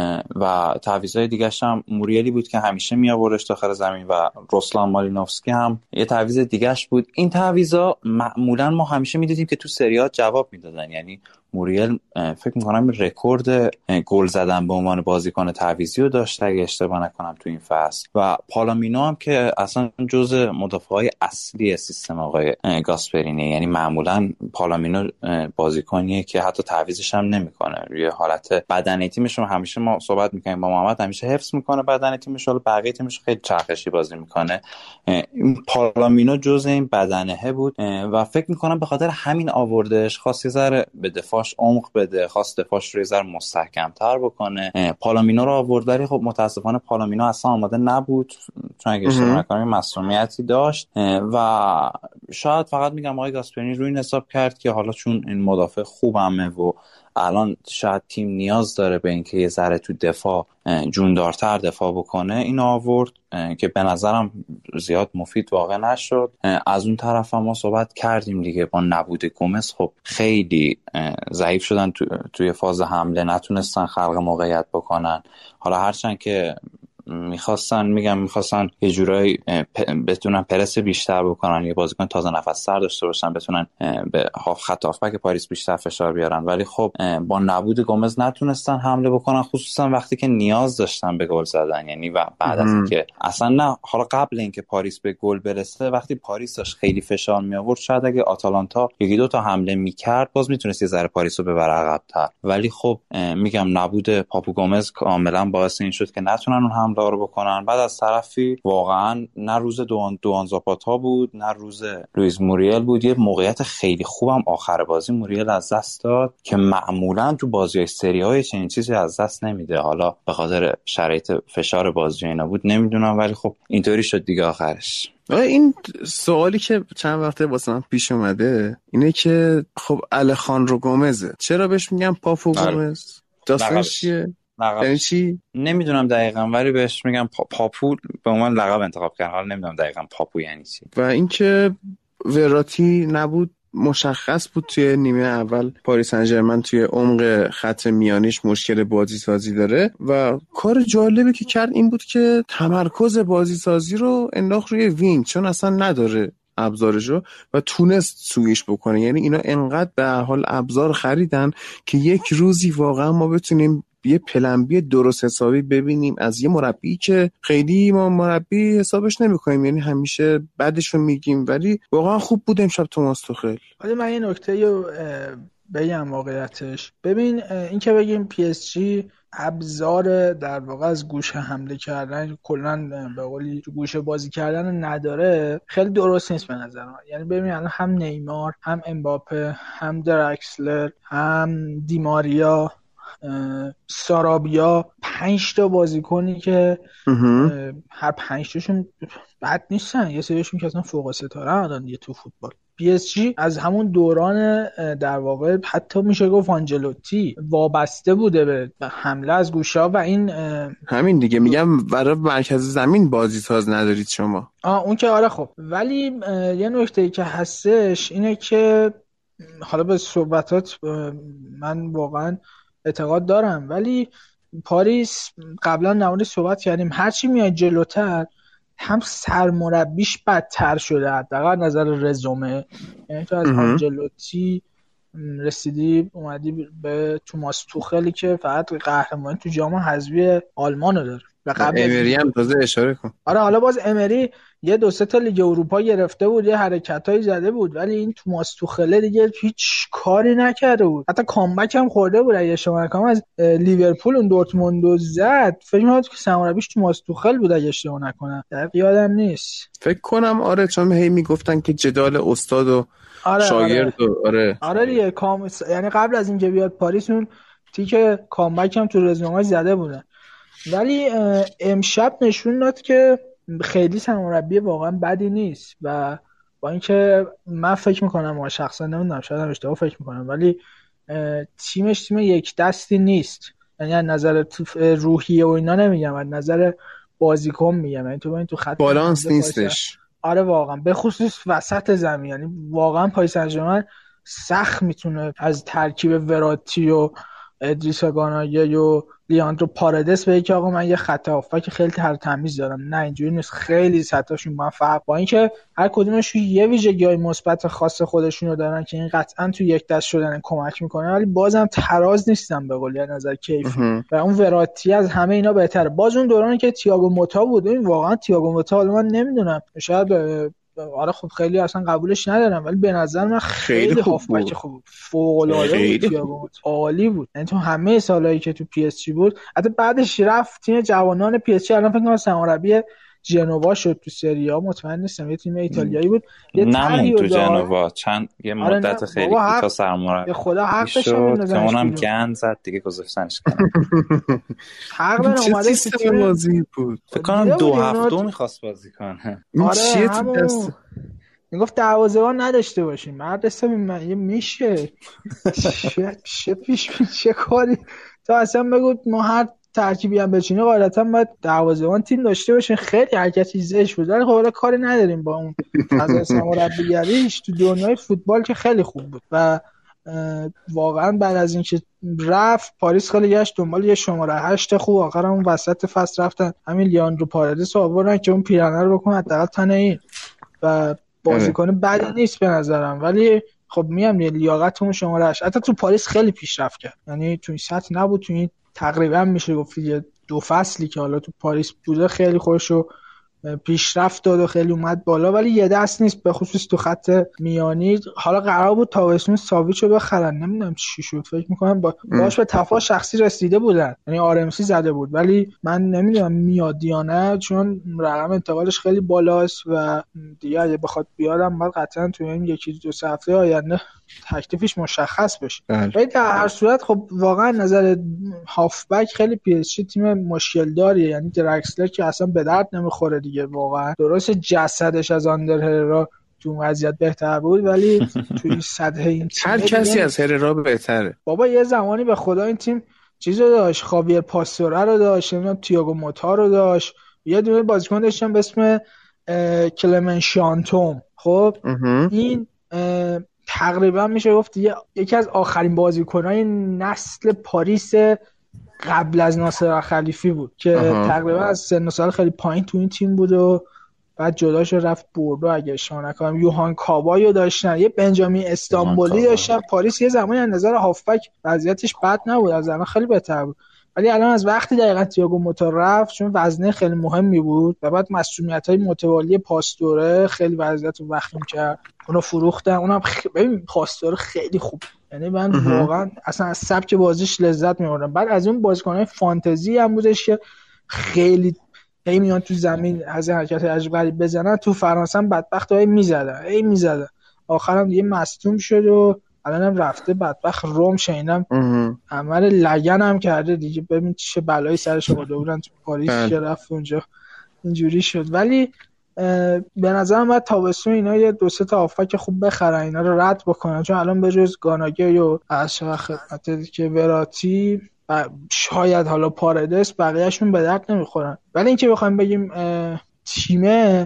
و تعویضای دیگه‌ش هم موریلی بود که همیشه می آوردش داخل زمین و روسلان مالینوفسکی هم یه تعویض دیگه‌ش بود. این تعویضا معمولا ما همیشه می‌دیدیم که تو سری‌ها جواب میدادن، یعنی موریل فکر می‌کنم رکورد گل زدن به عنوان بازیکن تعویضی رو داشت اگه اشتباه نکنم تو این فصل و پالامینو هم که اصلا جزء مدافعای اصلی سیستم آقای گاسپرینی، یعنی معمولا پالامینو بازیکنیه که حتی تعویضش هم نمی‌کنه. روی حالت بدنی تیمش رو همیشه ما صحبت می‌کنیم با محمد، همیشه حفظ می‌کنه بدنی تیمش، حالا بقیه تیمش خیلی چرخشی بازی می‌کنه. پالامینو جزء این بدنه بود و فکر می‌کنم به خاطر همین آوردش، خاصی ذره به دفاع دفاعش عمق بده، خواست دفاعش رو یه ذره مستحکم‌تر بکنه. پالامینو رو آورد ولی خب متاسفانه پالامینو اصلا آماده نبود، چون اگه اشتباه نکنم مسئولیتی داشت و شاید فقت میگم آقای گاسپرینی روی این حساب کرد که حالا چون این مدافع خوبمه و الان شاید تیم نیاز داره به اینکه یه ذره تو دفاع جوندارتر دفاع بکنه، این آورد که به نظرم زیاد مفید واقع نشد. از اون طرف هم ما صحبت کردیم دیگه، با نبود گومز خب خیلی ضعیف شدن تو توی فاز حمله، نتونستن خلق موقعیت بکنن. حالا هرچند که میخواستن میگم میخواستن یه جورایی بتونن پرس بیشتر بکنن، یه بازیکن تازه نفس سر داشته باشن، بتونن به هاف خط هافبک پاریس بیشتر فشار بیارن، ولی خب با نبود گومز نتونستن حمله بکنن، خصوصا وقتی که نیاز داشتن به گل زدن. یعنی و بعد از اینکه اصلا نه حالا قبل اینکه پاریس به گل برسه، وقتی پاریس داشت خیلی فشار می آورد، شاید اگه آتالانتا یکی دو تا حمله میکرد باز میتونست یه ذره پاریس رو ببره عقب‌تر، ولی خب میگم نبود پاپو گومز کاملا باعث این شد که نتونن اون حمله رو بکنن. بعد از طرفی واقعا نه روز دوان دوان زاپاتا بود نه روز لوئیس موریل بود، یه موقعیت خیلی خوبم آخر بازی موریل از دست داد که معمولا تو بازی‌های سری‌های چنین چیزی از دست نمیده، حالا به خاطر شرایط فشار بازی اینا بود نمیدونم، ولی خب اینطوری شد دیگه آخرش. این سوالی که چند وقته واسه من پیش اومده اینه که خب الخاندرو گومزه، چرا بهش میگن پاپو گومز؟ داستانش چیه؟ یعنی چی؟ نمیدونم دقیقاً، ولی بهش میگم پا، پاپو به عنوان لقب انتخاب کردن، حالا نمیدونم دقیقاً پاپو یعنی چی. و اینکه وراتی نبود مشخص بود توی نیمه اول پاریس سن ژرمن توی عمق خط میانیش مشکل بازی سازی داره و کار جالبی که کرد این بود که تمرکز بازی سازی رو انداخت روی وینگ، چون اصلا نداره ابزارشو و تونست سویش بکنه. یعنی اینا انقدر به هر حال ابزار خریدن که یک روزی واقعا ما بتونیم یه پلن بی درست حسابی ببینیم از یه مربی که خیلی ما مربی حسابش نمی‌کنیم، یعنی همیشه بعدشو میگیم، ولی واقعا خوب بود امشب توماس توخل. ولی من یه نکته رو بگم واقعیتش، ببین این که بگیم پی اس جی ابزار در واقع از گوشه حمله کردن کلا به قولی تو گوشه بازی کردن نداره، خیلی درست نیست به نظر من. یعنی ببین الان هم نیمار، هم امباپه، هم درکسلر، هم دیماریا، سارابیا، پنج تا بازیکنی که هر پنج تاشون بد نیستن، یه سریشون که اصلا فوق ستاره الان دیگه تو فوتبال. پی اس جی از همون دوران در واقع حتی میشه گفت آنجلوتی وابسته بوده به حمله از گوشه‌ها و این همین دیگه میگم برای مرکز زمین بازی ساز ندارید شما. آه اون که آره خب، ولی یه نکته‌ای که هستش اینه که حالا به صحبتات من واقعا اعتقاد دارم، ولی پاریس قبلا نمونه صحبت کردیم هرچی میاد جلوتر هم سرمربیش بدتر شده، حداقل نظر رزومه. یعنی تو از آنجلوتی رسیدی اومدی به توماس توخلی که فقط قهرمانی تو جام حذفی آلمان رو داره و قبل امری هم تازه اشاره کن. آره حالا باز امری یه دو سه تا لیگ اروپا گرفته بود، یه حرکتایی زده بود، ولی این توماس توخل دیگه هیچ کاری نکرده بود. حتی کامبک هم خورده بود، اگه شما نکنم از لیورپول اون دورتموندو زد. فکر می‌کنم که سرمربیش توماس توخل بود اگه اشتباه نکنم، دقیق یادم نیست. فکر کنم آره، چون هی میگفتن که جدال استاد و آره شاگرد آره. و آره آره دیگه کام... یعنی قبل از اینکه بیاد پاریس اون تیک کامبک هم تو رزومه زده بودن، ولی امشب نشون داد که خیلی سرمربی واقعا بدی نیست و با اینکه من فکر میکنم و شخصا نمیدونم شاید هم اشتباه فکر میکنم، ولی تیمش تیم یک دستی نیست. یعنی از نظر روحیه و اینا نمیگم، از نظر بازیکن میگم، یعنی تو ببین تو خط بالانس نیستش. آره واقعا به خصوص وسط زمین، یعنی واقعا پاریس سن ژرمن سخت میتونه از ترکیب وراتی و ادریسا گانایه و لیاندرو پارادس به که آقا من یه خط هافبک خیلی تر تمیز دارم، نه اینجوری نیست. خیلی سطحشون با فرق، با اینکه هر کدومشون یه ویژگی‌های مثبت خاص خودشونو دارن که این قطعا تو یک دست شدن کمک میکنه، ولی بازم تراز نیستن به قول نظر کیفی و اون وراتی از همه اینا بهتره. باز اون دورانی که تییاگو موتا بود، این واقعا تییاگو موتا من نمیدونم شاید آره خب خیلی اصلا قبولش ندارم، ولی به نظر من خیلی, خیلی هافبک خوب فوق العاده بود، تییاگو عالی بود. یعنی تو همه سالایی که تو پی اس جی بود، حتی بعدش رفت تیم جوانان پی اس جی، الان فکر کنم سرمربی جنوا شد تو سری آ، مطمئن نیستم، یه تیم ایتالیایی بود. یه نمون تو جنوا چند یه مدت آره خیلی کوتاه سرمربی خدا حقش شد که اونم گند زد دیگه گذاشتنش کنه. حق من اومده تو تیم بازی بود فکر کنم دو هفته می‌خواست بازی کنه. آره همون میگفت دروازه‌بان نداشته باشیم مرد حساب من یه میشه چه پیش چه کاری تو اصلا بگو ما هر ترکیبی هم بچینی غالبا باید دروازه‌بان تیم داشته باشین. خیلی حرکتی زش بود ولی خب حالا کاری نداریم با اون از مربیگریش تو دنیای فوتبال که خیلی خوب بود و واقعا بعد از اینکه رفت پاریس خیلی گشت دنبال یه شماره هشت خوب، آخر اون وسط فصل رفتن همین لیاندرو پارادیس رو آوردن که اون پیرنه رو بکنه حداقل تن این و بازیکن بدی نیست به نظرم، ولی خب میام لیاقت اون شماره هشت حتی تو پاریس خیلی پیشرفت کرد، یعنی تو این سطح نبود، تو این تقریبا میشه گفت یه دو فصلی که حالا تو پاریس بوده خیلی خودشو پیشرفت داد و خیلی اومد بالا، ولی یه دست نیست به خصوص تو خط میانی. حالا قرار بود تابستون ساویچو بخرن، نمیدونم چی شد، فکر میکنم با باش به تفاهم شخصی رسیده بودن، یعنی آر ام سی زده بود، ولی من نمیدونم میاد یا نه چون رقم انتقالش خیلی بالاست و دیگه اگه بخواد بیادم بعد قطعا تو این یکی دو سه هفته آینده تکلیفش مشخص بشه. ولی در هر صورت خب واقعا نظر هافبک خیلی پی اس جی تیم مشکل داریه، یعنی درکسلر که اصلا به درد نمیخوره دیگه، واقعا درست جسدش از آندر هررا تو وضعیت بهتر بود ولی توی سطح این تیم هر کسی از هررا بهتره بابا. یه زمانی به خدا این تیم چیزو داشت، خاویر پاستوره رو داشت، نمیدونم تییاگو موتا رو داشت، یه دونه بازیکن داشتن به اسم کلمن شانتوم. خب این تقریبا میشه گفت یکی از آخرین بازیکنای نسل پاریس قبل از ناصر خلیفی بود که آها. تقریبا از سن و سال خیلی پایین تو این تیم بود و بعد جداش رفت بوردو اگه اشتباه نکنم. یوهان کابایو داشتن، یه بنجامین استانبولی داشتن. پاریس یه زمانی از نظر هافبک وضعیتش بد نبود، از الان خیلی بهتر بود، ولی الان از وقتی دقیقاً تییاگو موتا رفت چون وزنه خیلی مهمی بود و بعد مسئولیت‌های متوالی پاستوره خیلی وضعیت رو وخیم کرد، اونو فروختن. اونم خ... ببین پاستوره خیلی خوب، یعنی من واقعا اصلا از سبک بازیش لذت می‌بردم. بعد از اون بازیکن‌های فانتزی هم بودش که خیلی هی میان تو زمین از حرکت عجیب غریب بزنن، تو فرانسه هم بدبخت های میزدن هی میزدن، آخرام دیگه مصدوم شد و الانم رفته بدبخت روم، شینم عمل لگن هم کرده دیگه، ببین چه بلایی سرش آورده بودن تو پاریس که رفت اونجا اینجوری شد. ولی به نظرم باید تابستون اینا یه دو سه تا هافبک خوب بخرن، اینا رو رد بکنن، چون الان به جز گاناگی و اشرا خدمت که وراتی شاید حالا پاردس بقیه‌شون به درد نمیخورن. ولی اینکه بخوایم بگیم تیم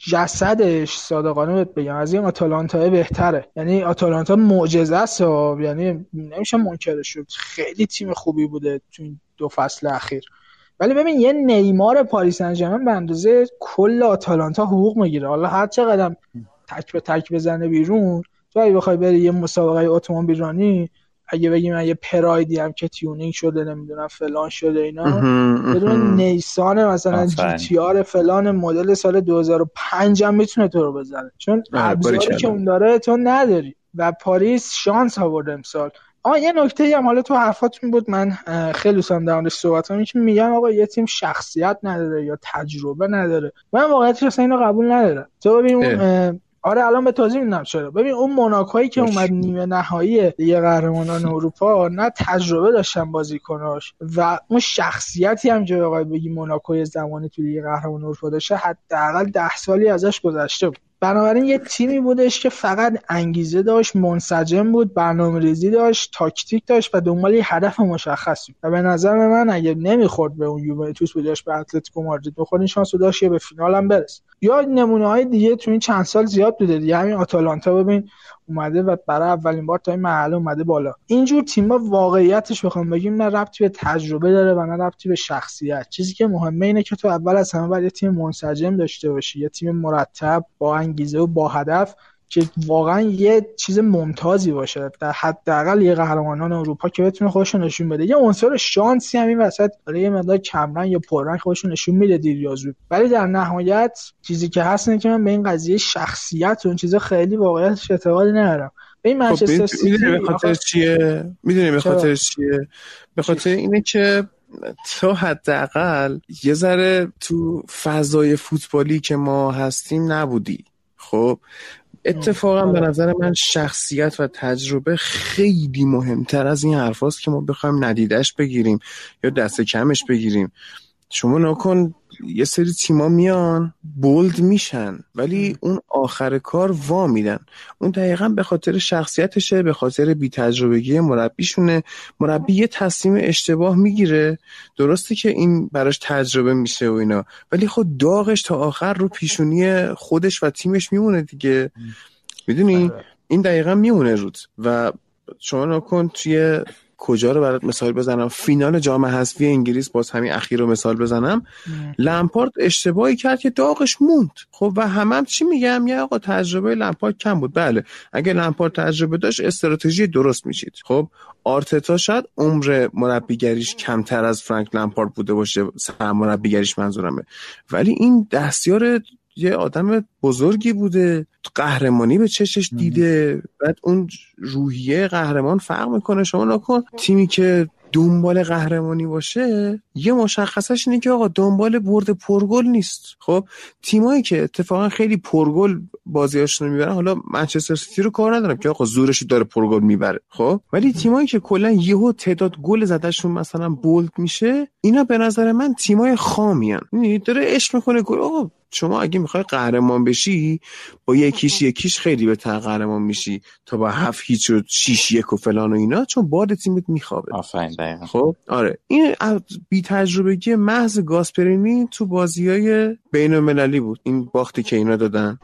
جسدش صادقانه بهت بگم از این آتالانتا بهتره، یعنی آتالانتا معجزه است، یعنی نمیشه منکرش شد، خیلی تیم خوبی بوده تو این دو فصل اخیر. ولی ببین یه نیمار پاریس سن ژرمن به اندازه کل آتالانتا حقوق میگیره، حالا هر چقدر تک به تک بزنه بیرون، تو اگه بخوای بری یه مسابقه اتومبیل رانی، اگه بگیم یه پرایدی هم که تیونینگ شده نمیدونم فلان شده اینا، بدون نیسان مثلا جی تی آر فلان مدل سال دو هزار و پنج هم میتونه تو رو بزنه، چون ابزاری که اون داره تو نداری و پاریس شانس آورد امسال. آه یه نکته هم حالا تو حرفاتون بود من خیلی دوستم در موردش صحبت کنم، که میگن آقا یه تیم شخصیت نداره یا تجربه نداره، من واقعیتش اصلا اینو قبول ندارم. تو ببین اون آره الان به توضیح میدم چرا. ببین اون موناکویی که اومد نیمه نهایی لیگ قهرمانان اروپا نه تجربه داشتن بازیکناش و اون شخصیتی هم که بخوای بگی موناکوی زمانی تو لیگ قهرمانان اروپا داشته حداقل ده سالی ازش گذشته بود. بنابراین یه تیمی بودش که فقط انگیزه داشت، منسجم بود، برنامه‌ریزی داشت، تاکتیک داشت و دنبال یه هدف مشخص بود. و به نظر من اگه نمیخورد به اون یوونتوس بودش به اتلتیکو مادرید بخورد، این شانس رو داشت یه به فینال هم برسه. یا نمونه‌های دیگه تو این چند سال زیاد بوده دیگه، همین آتالانتا ببین اومده و برای اولین بار تا این مرحله اومده بالا. اینجور تیم‌ها واقعیتش بخوام بگیم نه ربطی به تجربه داره و نه ربطی به شخصیت. چیزی که مهمه اینه که تو اول از همه باید یه تیم منسجم داشته باشی، یه تیم مرتب با انگیزه و با هدف که واقعا یه چیز ممتازی باشه، در حداقل یه قهرمانان اروپا که بتونه خودش نشون بده. یه عنصر شانسی هم این وسط برای یه مقدار کمرنگ یا پررنگ خودش نشون میده دیر یا زود، ولی در نهایت چیزی که هست اینه که من به این قضیه شخصیت و اون چیزا خیلی واقعیتش اعتقادی ندارم. این منچستر سیتی میدونی به خاطر چیه؟ میدونی به خاطر چیه؟ به خاطر اینه که تو حداقل یه ذره تو فضای فوتبالی که ما هستیم نبودی. خب اتفاقا به نظر من شخصیت و تجربه خیلی مهمتر از این حرف هاست که ما بخوایم ندیدش بگیریم یا دست کمش بگیریم. شما نکن یه سری تیما میان بولد میشن ولی اون آخر کار وا میدن. اون دقیقا به خاطر شخصیتشه، به خاطر بی تجربگی مربیشونه. مربی یه تصمیم اشتباه میگیره، درسته که این براش تجربه میشه و اینا، ولی خود داغش تا آخر رو پیشونی خودش و تیمش میمونه دیگه. میدونی این دقیقا میمونه رود. و شما نکن توی کجا رو برات مثال بزنم، فینال جام حذفی انگلیس، باز همین اخیر رو مثال بزنم، لمپارد اشتباهی کرد که داغش موند. خب و همم هم چی میگم، یا آقا تجربه لمپارد کم بود. بله اگه لمپارد تجربه داشت استراتژی درست میشید. خب آرتتا شاید عمر مربیگریش کمتر از فرانک لمپارد بوده باشه، سرمربیگریش منظورمه، ولی این دستیار یه آدم بزرگی بوده، قهرمانی به چشش دیده، بعد اون روحیه قهرمان فرق میکنه. شما نکن تیمی که دنبال قهرمانی باشه یه مشخصش اینه که آقا دنبال برد پرگل نیست. خب تیمایی که اتفاقا خیلی پرگل بازیاشون رو میبرن، حالا منچستر سیتی رو کار ندارم که آقا زورش داره پرگل میبره، خب ولی تیمایی که کلا یهو تعداد گل زدهشون مثلا بولد میشه، اینا به نظر من تیمای خامیان. یعنی داره عشق میکنه گل. آقا شما اگه میخوای قهرمان بشی با یکیش یکیش خیلی بهتر قهرمان میشی تا با هفت هیچ و شیش یک و فلان و اینا، چون باد تیمت میخوابه. آفرین دقیقاً. خب آره این بی تجربگی محض گاسپرینی تو بازیای بین المللی بود، این باختی که اینا دادن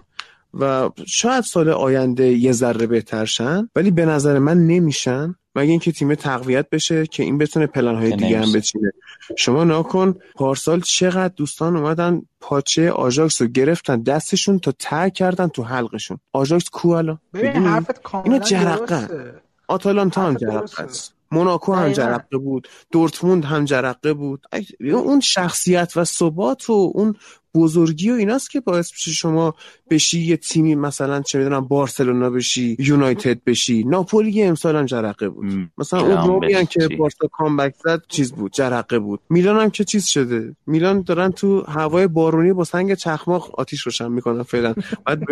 و شاید سال آینده یه ذره بهتر شن، ولی به نظر من نمیشن مگه اینکه تیم تقویت بشه که این بتونه پلن‌های دیگه هم بچینه. شما ناکن پارسال چقدر دوستان اومدن پاچه آژاکس رو گرفتن دستشون تا ته کردن تو حلقشون. آژاکس کو الان؟ ببین حرفت کاملا اینا جرقه. آتالانتا هم جرقه است، موناکو هم جرقه بود، دورتموند هم جرقه بود. اون شخصیت و ثبات و اون بزرگی و ایناست که باعث میشه شما بشی یه تیمی مثلا چه میدونم بارسلونا بشی، یونایتد بشی. ناپولی امسال هم جرقه بود. م. مثلا اون رومی هم که بارسا کامبک زد چیز بود، جرقه بود. میلان هم که چیز شده، میلان دارن تو هوای بارونی با سنگ چخماق آتیش روشن میکنن فعلا. بعد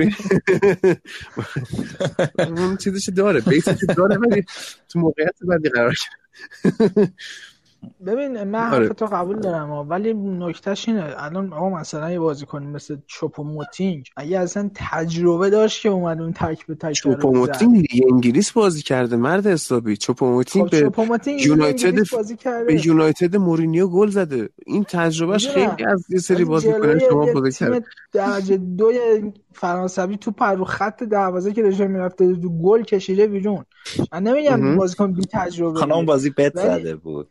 اون چیزش داره، بیسش داره، ولی تو موقعیت بدی قرار گرفت. ببین من حرف تو قبول دارم، ولی نکتهش اینه الان آقا مثلا یه بازیکن مثل چوپوموتینگ اگه اصلا تجربه داشت که اومد اون تک به تک چوپوموتینگ لیگ انگلیس بازی کرده مرد حسابی. چوپوموتینگ خب به یونایتد به یونایتد مورینیو گل زده. این تجربهش خیلی از یه سری بازیکن شما بزرگتره. درجه دو فرانسوی تو پر رو خط دروازه که داشته میرفته تو گل کشیده بیرون. من نمیگم بازیکن بی تجربه، خانم بازی بد زده بود.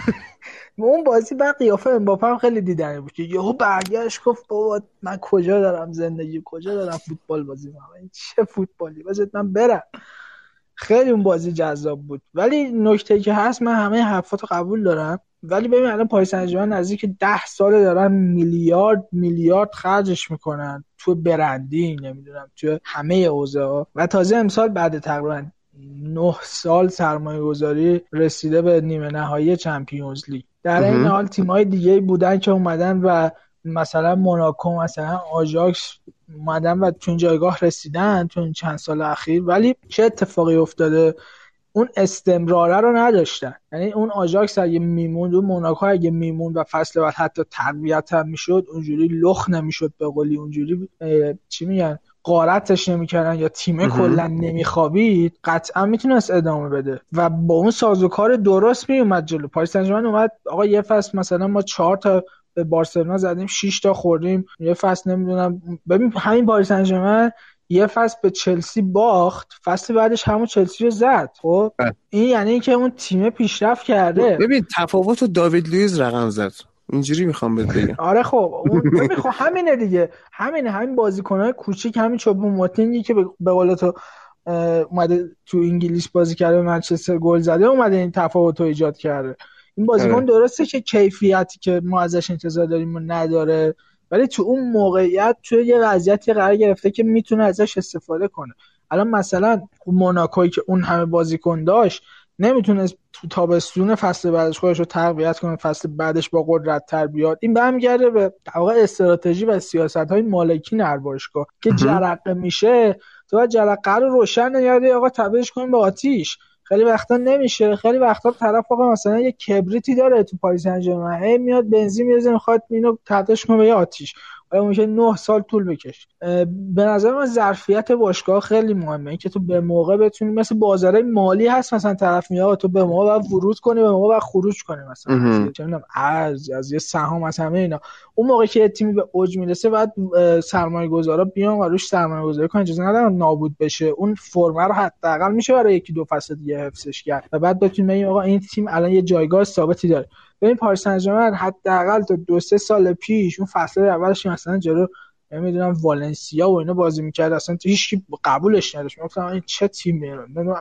اون بازی بعد قیافه امباپه هم خیلی دیدنی بود که یهو برگشت گفت بابا من کجا دارم زندگی، کجا دارم فوتبال بازی می‌کنم، این چه فوتبالی، بذار من برم. خیلی اون بازی جذاب بود. ولی نکته که هست، من همه حرفاتو قبول دارم، ولی ببین الان پاریس سن ژرمن نزدیک ده ساله دارن میلیارد میلیارد خرجش میکنن تو برندینگ، نمیدونم تو همه حوزه‌ها، و تازه امسال بعد تقریبا نه سال سرمایه گذاری رسیده به نیمه نهایی چمپیونز لیگ. در این حال تیم‌های دیگه بودن که اومدن و مثلا موناکو، مثلا آژاکس اومدن و تو این جایگاه رسیدن تو این چند سال اخیر، ولی چه اتفاقی افتاده؟ اون استمراره رو نداشتن. یعنی اون آژاکس اگه میموند، اون موناکو اگه میموند و فصل بعد حتی تقویت هم میشد، اونجوری لخ نمیشد به قولی، اونجوری چی میگن غارتش نمیکردن یا تیم کلا نمیخوابید، قطعا میتونست ادامه بده و با اون سازوکار درست میومد جلو. پاریس سن ژرمن اومد آقا یه فصل مثلا ما چهار تا به بارسلونا زدیم، شش تا خوردیم، یه فصل نمیدونم، ببین همین پاریس سن ژرمن یه فصل به چلسی باخت، فصل بعدش همون چلسی رو زد. خب این یعنی اینکه اون تیم پیشرفت کرده. ببین تفاوت داوید لوئیس رقم زد، اینجوری میخوام بهت بگم. آره خب اون ببین خب همینه دیگه، همینه، همین بازیکن‌های کوچیک، همین چوپوموتینگی که به قول تو اومده تو انگلیس بازی کرده، منچستر گل زده، اومده این تفاوت رو ایجاد کرده. این بازیکن درسته که کیفیتی که ما ازش انتظار داریم نداره، ولی تو اون موقعیت تو یه وضعیتی قرار گرفته که میتونه ازش استفاده کنه. الان مثلا موناکوی که اون همه بازیکن داشت، نمیتونست تو تابستون فصل بعدش خودش رو تقویت کنه، فصل بعدش با قدرت تر بیاد. این برمیگرده به واقع استراتژی و سیاست‌های مالکی هر باشگاه که جرقه میشه تو باید جرقه رو روشن نگردی آقا تبدیلش کنیم به آتیش. خیلی وقتا نمیشه، خیلی وقتا طرف آقا مثلا یه کبریتی داره تو پاریس سن ژرمن، هی میاد بنزین میریزه میخواد اینو تبدیلش کنه به یه آتیش، حالا ممکنه نه سال طول بکشه. به نظر من ظرفیت باشگاه خیلی مهمه، این که تو به موقع بتونی، مثل بازارهای مالی هست مثلا طرف میاد تو به موقع باید ورود کنی به موقع باید خروج کنی، مثلا چه میدونم از از یه سهام مثلا اینا، اون موقع که تیمی به اوج میرسه بعد سرمایه‌گذارا بیان و روش سرمایه‌گذاری کنن، اجازه ندارن نابود بشه. اون فرم رو حداقل میشه برای یکی دو فصل دیگه حفظش کرد و بعد بتونیم بگیم آقا این تیم الان یه جایگاه ثابتی داره. ببین پاریس سن ژرمن حداقل تا دو سه سال پیش اون فصل اولش مثلا جلو نمیدونم والنسیا و اینا بازی میکرد، اصلا هیچ کی قبولش نداشت، میگفتن این چه تیمیه.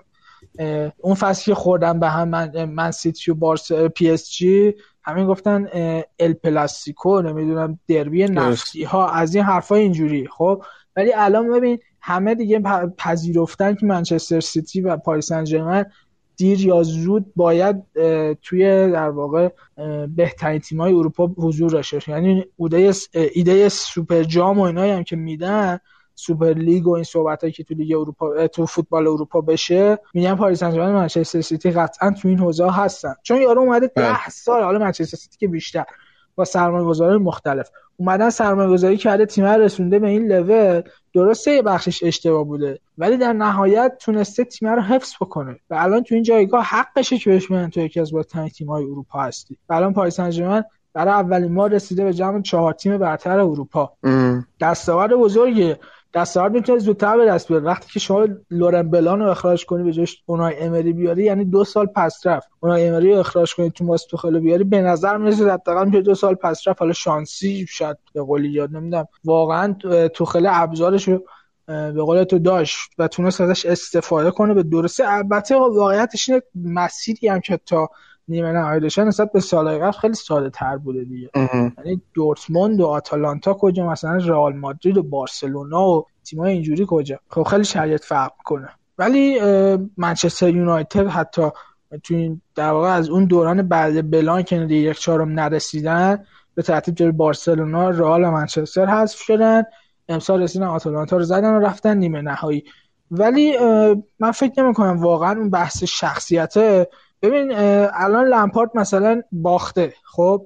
اون فصلی که خوردن به هم من, من سیتی و بارس پی اس جی همین گفتن ال پلاستیکو نمیدونم دربی نفتی ها از این حرفای اینجوری. خب ولی الان ببین همه دیگه پذیرفتن که منچستر سیتی و پاریس سن ژرمن دیر یا زود باید توی در واقع بهترین تیم‌های اروپا حضور داشته باشه. یعنی ایده ایده سوپر جام و اینایی هم که میدن، سوپر لیگ و این صحبتایی که تو لیگ اروپا تو فوتبال اروپا بشه، میگن پاریس سن ژرمن و منچستر سیتی قطعا تو این حوزه هستن، چون یارو اومده ده سال، حالا منچستر سیتی که بیشتر، با سرمایه‌گذارای مختلف اومدن سرمایه‌گذاری کرده، تیم رو رسونده به این لول. درسته یه بخشش اشتباه بوده ولی در نهایت تونسته تیم رو حفظ بکنه و الان تو این جایگاه حقشه که بهش میگن تو یکی از بهترین تیم‌های اروپا هستی. و الان پاریس سن ژرمن برای اولین بار رسیده به جام چهار تیم برتر اروپا. دستاورد بزرگه، دستاورد میتونه زودتر به دست بیاد. وقتی که شما لورن بلان رو اخراج کنی به جاش اونای امری بیاری، یعنی دو سال پس رفت. اونای امری رو اخراج کنی تو ماست توخل بیاری، به نظر میاد حداقل میشه دو سال پس رفت. حالا شانسی شاید به قولی یاد نمیدم، واقعا توخل ابزارش رو به قول تو داشت و تونست ازش استفاده کنه به درستی. البته واقعیتش اینه مسیری هم که تا نیمه نهایی داشتن نسبت به سالهای قبل خیلی ساده تر بوده دیگه. یعنی دورتموند و آتالانتا کجا، مثلا رئال مادرید و بارسلونا و تیم‌های اینجوری کجا، خب خیلی شرایط فرق کنه. ولی منچستر یونایتد حتی تو این در واقع از اون دوران بعد بلان که دیگه یک چهارم نرسیدن، به ترتیب جلوی بارسلونا، رئال و منچستر حذف شدن، امسال رسیدن آتالانتا رو زدن و رفتن نیمه نهایی. ولی من فکر نمی‌کنم واقعا اون بحث شخصیته. ببین الان لمپارد مثلا باخته، خب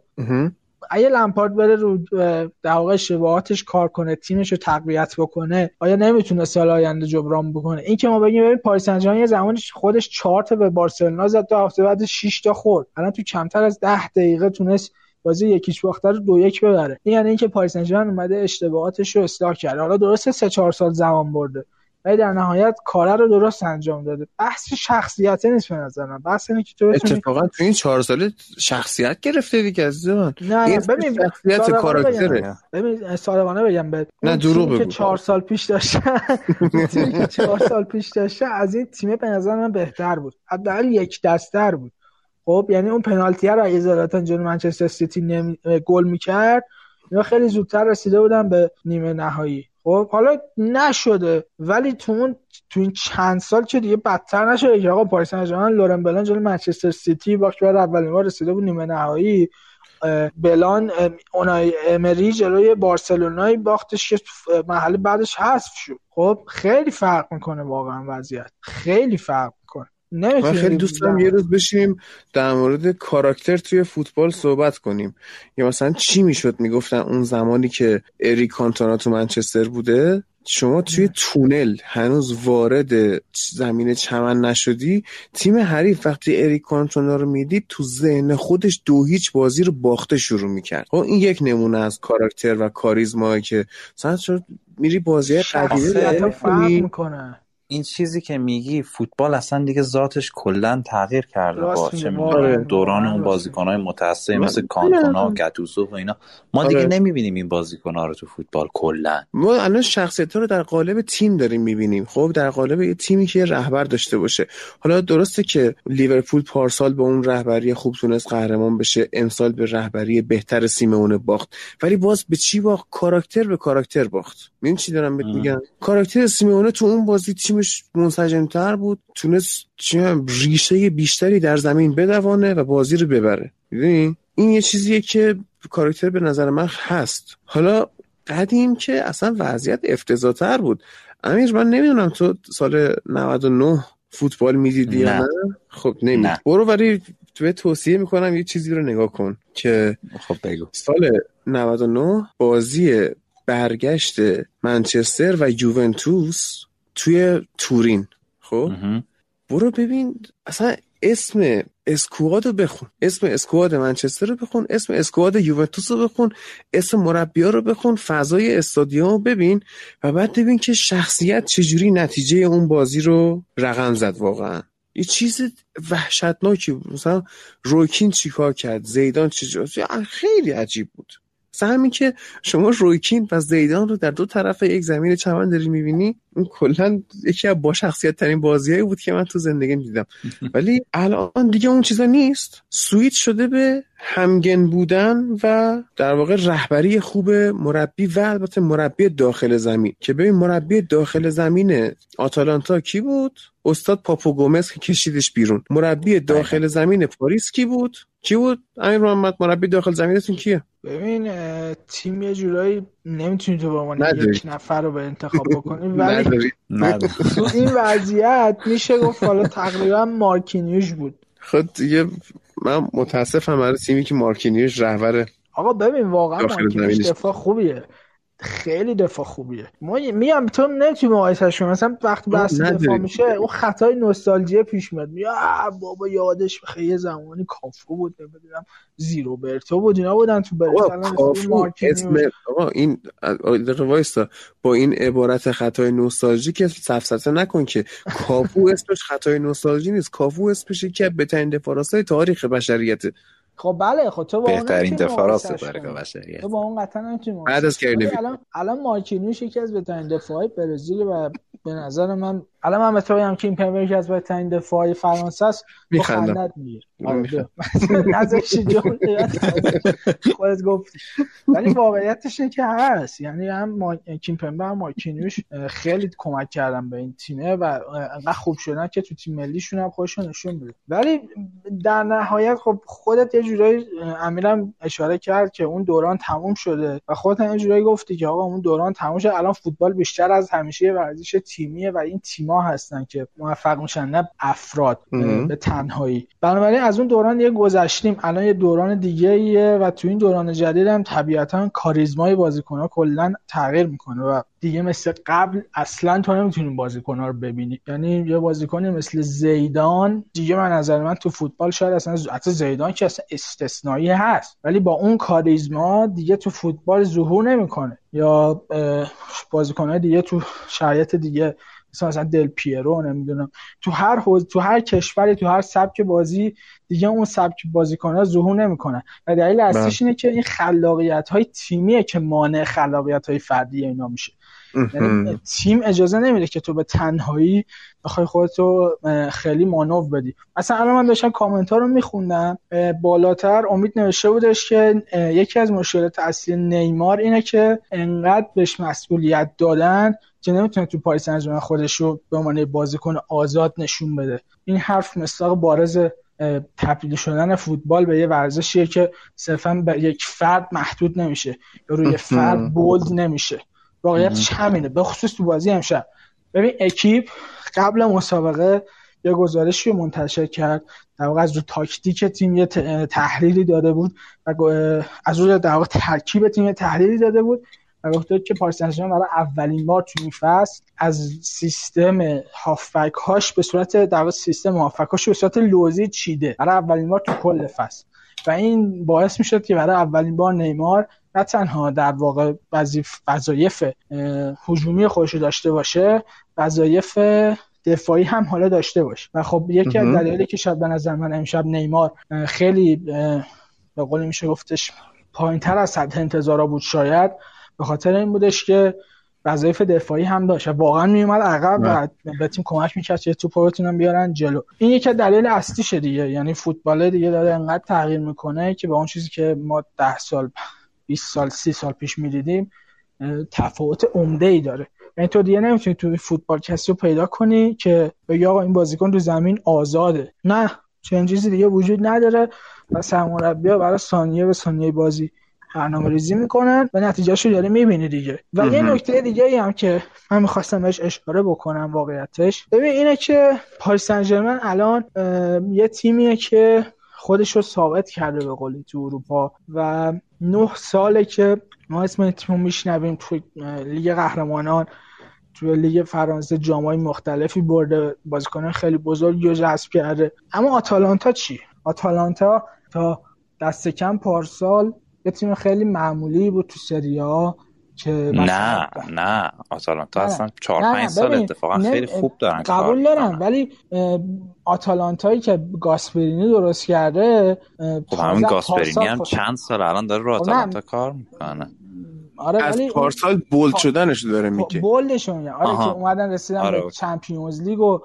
اگه لمپارد بره رو در واقع اشتباهاتش کار کنه، تیمش رو تقویت بکنه، آیا نمیتونه سال آینده جبران بکنه؟ این که ما بگیم ببین پاریس سن ژرمن یه زمانی خودش چهار تا به بارسلونا زد، تا هفته بعد شش تا خورد، الان تو کمتر از ده دقیقه تونست بازی یکیش باخته رو دو یک ببره. این یعنی اینکه پاریس سن ژرمن اومده اشتباهاتش رو اصلاح کرده. حالا درسته سه چهار سال زمان برده ولی در نهایت کاره رو درست انجام داده. بحث شخصیت نیست به نظر من، بحث اینه که تو بتونی اتفاقا تو این چهار ساله شخصیت گرفته دیگه عزیز من. نه ببین شخصیت کاراکتره. ببین صادقانه بگم بهت، نه دروغ بگو، که چهار سال پیش داشتن تیمی که چهار سال پیش داشتن از این تیم به نظر من بهتر بود، حداقل یک دست‌تر بود. خب یعنی اون پنالتی رو اگه زلاتان جلوی منچستر سیتی نمی... گل می‌کرد، اینا خیلی زودتر رسیده بودن به نیمه نهایی. خب حالا نشده ولی تو اون تو این چند سال که دیگه بدتر نشده که آقا پاریس سن ژرمن لورن بلان جلوی منچستر سیتی باخت، بعد اولین بار رسیده بود نیمه نهایی. بلان اونای امری جلوی بارسلونای باختش که محل بعدش حذف شد. خب خیلی فرق میکنه واقعا وضعیت، خیلی فرق میکنه. من خیلی دوست دارم یه روز بشیم در مورد کاراکتر توی فوتبال صحبت کنیم، یا مثلا چی میشد میگفتن اون زمانی که اریک کانتونا تو منچستر بوده، شما توی تونل هنوز وارد زمین چمن نشدی، تیم حریف وقتی اریک کانتونا رو میدید تو ذهن خودش دو هیچ بازی رو باخته شروع میکرد. خب این یک نمونه از کاراکتر و کاریزمایی که مثلا شد میری بازی قدیمی فرق میکنه. این چیزی که میگی فوتبال اصلا دیگه ذاتش کلا تغییر کرده با چه میدونم دوران اون بازیکن‌های متأثر مثل کانتونا و گاتوسو و اینا. ما دیگه آره. نمیبینیم این بازیکن‌ها رو تو فوتبال کلا. ما الان شخصیت‌ها رو در قالب تیم داریم میبینیم. خب در قالب یه تیمی که رهبر داشته باشه. حالا درسته که لیورپول پارسال با اون رهبری خوب تونست قهرمان بشه، امسال به رهبری بهتر سیمونه باخت، ولی باز به چی باخت؟ کاراکتر به کاراکتر باخت. ببین چی دارم بهت میگم. کاراکتر سیمونه تو اون بازی تیم تیمش منسجم‌تر بود، تونست ریشه بیشتری در زمین بدوانه و بازی رو ببره. میدونی این یه چیزیه که کاراکتر به نظر من هست. حالا قدیم که اصلا وضعیت افتضاح‌تر بود. امیر من نمیدونم تو سال نود و نه فوتبال میدیدی یا نه؟ خب نمیدونم. برو ولی تو توصیه میکنم یه چیزی رو نگاه کن که خب بگو. سال نود و نه بازی برگشت منچستر و یوونتوس توی تورین، خب برو ببین اصلا اسم اسکواد رو بخون، اسم اسکواد منچستر رو بخون، اسم اسکواد یوونتوس رو بخون، اسم مربی‌ها رو بخون، فضای استادیوم رو ببین و بعد ببین که شخصیت چجوری نتیجه اون بازی رو رقم زد. واقعا یه چیز وحشتناکی بود. مثلا رویکین چیکار کرد، زیدان چجوری، خیلی عجیب بود. مثلا همین که شما رویکین و زیدان رو در دو طرف یک زمین چمن داری میبینی، اون کلا یکی از با شخصیت ترین بازیایی بود که من تو زندگیم دیدم. ولی الان دیگه اون چیزا نیست، سویت شده به همگن بودن و در واقع رهبری خوب مربی و البته مربی داخل زمین. که ببین مربی داخل زمین آتالانتا کی بود؟ استاد پاپو گومز که کشیدش بیرون. مربی داخل زمین پاریس کی بود؟ کی بود؟ امیر محمد مربی داخل زمینتون کیه؟ ببین تیم یه جورایی نمیتونی تو با عنوان یک نفر رو به انتخاب بکنی، ولی تو این وضعیت میشه گفت حالا تقریبا مارکینیوش بود. خود دیگه من متاسفم برای تیمی که مارکینیوش رهبره. آقا ببین واقعا مارکینیوش دفاع خوبیه، خیلی دفاع خوبیه. ما میام تو نمیتونی مقایسهش کنی. مثلا وقتی بحث دفاع میشه اون خطای نوستالژی پیش میاد، یا بابا یادش خیلی زمانی کافو بود، نمیدونم زیروبرتو بود، اینا بودن تو برشلونه. اسم آقا این وایسا با این عبارت خطای نوستالژی که سفسطه نکن که کافو اسمش خطای نوستالژی نیست. کافو اسمش یکی از بهترین دفاع‌های تاریخ بشریته. خب بله، خب تو با اون بهترین دفاع راست تاریخ بشریت، تو با اون قطعا نمیتونی بعد از کردن الان الان مارکینیوش یکی از بهترین دفاعهای برزیل و به نظر من الان من بهتون که این پمر یکی از بهترین دفاعهای فرانسه است. میخندم میگیر ازش جمله خودت گفتی، ولی واقعیتش اینه که هست. یعنی هم کیمپمبه هم مارکینیوش خیلی کمک کردن به این تیمه و انقدر خوب شدن که تو تیم ملیشون هم خودشون نشون میده. ولی در نهایت خب خودت یه جورایی امیرم اشاره کرد که اون دوران تموم شده و خودت یه جورایی گفتی که آقا اون دوران تموم شده، الان فوتبال بیشتر از همیشه ورزش تیمیه و این تیم‌ها هستن که موفق میشن نه افراد به تنهایی. بنابراین از اون دوران یه گذشتیم، الان یه دوران دیگه ایه و تو این دوران جدید هم طبیعتاً کاریزمای بازیکن‌ها کلاً تغییر میکنه و دیگه مثل قبل اصلا تو نمیتونی بازیکن‌ها رو ببینی. یعنی یه بازیکنی مثل زیدان دیگه من نظر من تو فوتبال شاید اصلا حتی زیدان که اصلا استثنایی هست ولی با اون کاریزما دیگه تو فوتبال ظهور نمیکنه، یا بازیکن‌های دیگه تو شرایط دیگه مثلا مثلا دل پیرو نمیدونم تو هر حوز تو هر کشوری تو هر سبک بازی دیگه اون سبک بازیکن‌ها ظهور نمیکنن و دلیل اصلیش اینه که این خلاقیت‌های تیمیه که مانع خلاقیت‌های فردی اینا میشه. یعنی تیم اجازه نمیده که تو به تنهایی بخوای خودتو خیلی مانور بدی. مثلا الان من داشتم کامنت‌ها رو میخوندم، بالاتر امید نوشته بودش که یکی از مشکلات اصلی نیمار اینه که انقدر بهش مسئولیت دادن که نمیتونه تو پاریس سن ژرمن خودش رو به عنوان بازیکن آزاد نشون بده. این حرف مصداق بارز تبدیل شدن فوتبال به یه ورزشیه که صرفا به یک فرد محدود نمیشه یا روی فرد بولد نمیشه. واقعیتش همینه، به خصوص تو بازی امشب. ببین اکیپ قبل مسابقه یه گزارشی رو منتشر کرد در واقع از رو تاکتیک تیم یه تحلیلی داده بود و از رو در واقع ترکیب تیم تحلیلی داده بود و گفته که پاریس سن ژرمن برای اولین بار تو این فصل از سیستم هافبک هاش به صورت در واقع سیستم هافبک هاش به صورت لوزی چیده برای اولین بار تو کل فصل و این باعث میشد که برای اولین بار نیمار نه تنها در واقع وظایف هجومی خودش رو داشته باشه، وظایف دفاعی هم حالا داشته باشه. و خب یکی از دلایلی که شاید به نظر من امشب نیمار خیلی به قول میشه گفتش پایین‌تر از سطح انتظارا بود شاید به خاطر این بودش که وظایف دفاعی هم داشت و واقعا میومد عقب و به تیم کمک میکرد که توپو بتونن بیارن جلو. این یکی از دلایل اصلیشه دیگه. یعنی فوتبال دیگه داره انقدر تغییر میکنه که با اون چیزی که ما ده سال بیست سال سی سال پیش میدیدیم تفاوت عمده‌ای داره یعنی تو دیگه نمیتونی تو فوتبال کسی رو پیدا کنی که بگی آقا این بازیکن تو زمین آزاده. نه، چنین چیزی دیگه وجود نداره و سرمربی‌ها برای ثانیه به ثانیه بازی برنامه‌ریزی میکنن و نتیجهشو داره میبینی دیگه. و یه نکته دیگه ای هم که من میخواستم بهش اشاره بکنم واقعیتش، ببین اینه که پاریس سن ژرمن الان یه تیمیه که خودش رو ثابت کرده به قولی تو اروپا و نه ساله که ما اسم تیمو میشنویم تو لیگ قهرمانان، تو لیگ فرانسه جام‌های مختلفی برده، بازیکنان خیلی بزرگی رو جذب کرده. اما آتالانتا چی؟ آتالانتا تا دست کم پارسال یه تیم خیلی معمولی بود تو سری آ که نه نه آتالانتا اصلا چهار پنج سال اتفاقا خیلی خوب دارن. قبول دارم، ولی آتالانتایی که گاسپرینی درست کرده، خب همین گاسپرینی هم چند سال الان داره رو آتالانتا کار میکنه. آره از ولی پارسال بولد شدنش داره میگه. بولدشون آره آها. که اومدن رسیدن آره. به چمپیونز لیگ و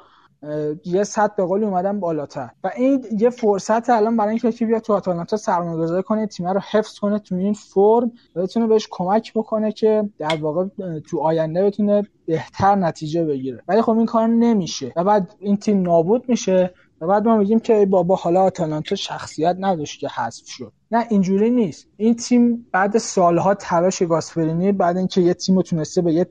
یه سطح به قول اومدن بالاتر و این یه فرصت الان برای اینکه کی بیاد تو آتالانتا سرمایه‌گذاری کنه، تیم رو حفظ کنه تو این فرم و بتونه بهش کمک بکنه که در واقع تو آینده بتونه بهتر نتیجه بگیره. ولی خب این کار نمیشه و بعد این تیم نابود میشه و بعد ما میگیم که بابا حالا آتالانتا شخصیت نداشت که حذف شد. نه اینجوری نیست. این تیم بعد سالها تلاش گاسپرینی، بعد اینکه یه تیمو تونسته به یه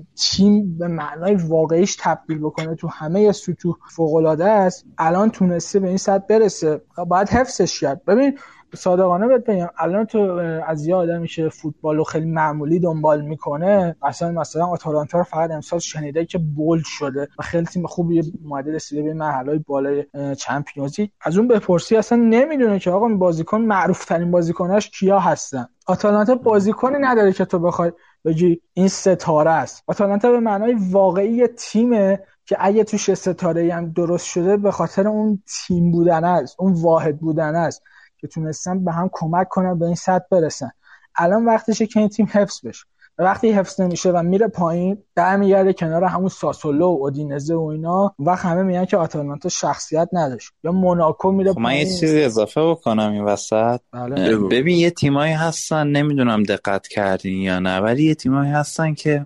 تیم به معنای واقعیش تبدیل بکنه تو همه سطوح فوق‌العاده است، الان تونسته به این سطح برسه و باید حفظش کرد. ببین صادقانه بهت بگم الان تو از یه آدمی که فوتبالو خیلی معمولی دنبال میکنه، اصلا مثلا آتالانتا رو فقط امسال شنیده که بولد شده و خیلی تیم خوبی اومده رسیده به مرحله بالای چمپیونز لیگ، از اون بپرسی اصلا نمیدونه که آقا این بازیکن معروف ترین بازیکناش کیا هستن. آتالانتا بازیکنی نداره که تو بخوای بگی این ستاره است. آتالانتا به معنای واقعی تیمه که اگه توش ستاره‌ای هم درست شده به خاطر اون تیم بودن است، اون واحد بودن است که تونستن به هم کمک کنن به این سطح برسن. الان وقتشه که این تیم حفظ بشه و وقتی حفظ نمیشه و میره پایین برمیگرده کنار همون ساسولو و اودینزه و اینا، وقت همه میگن که آتالانتا شخصیت نداشت. یا موناکو میره پایین. من یه چیزی اضافه بکنم این وسط. بله. ببین یه تیمایی هستن، نمیدونم دقت کردین یا نه، ولی یه تیمایی هستن که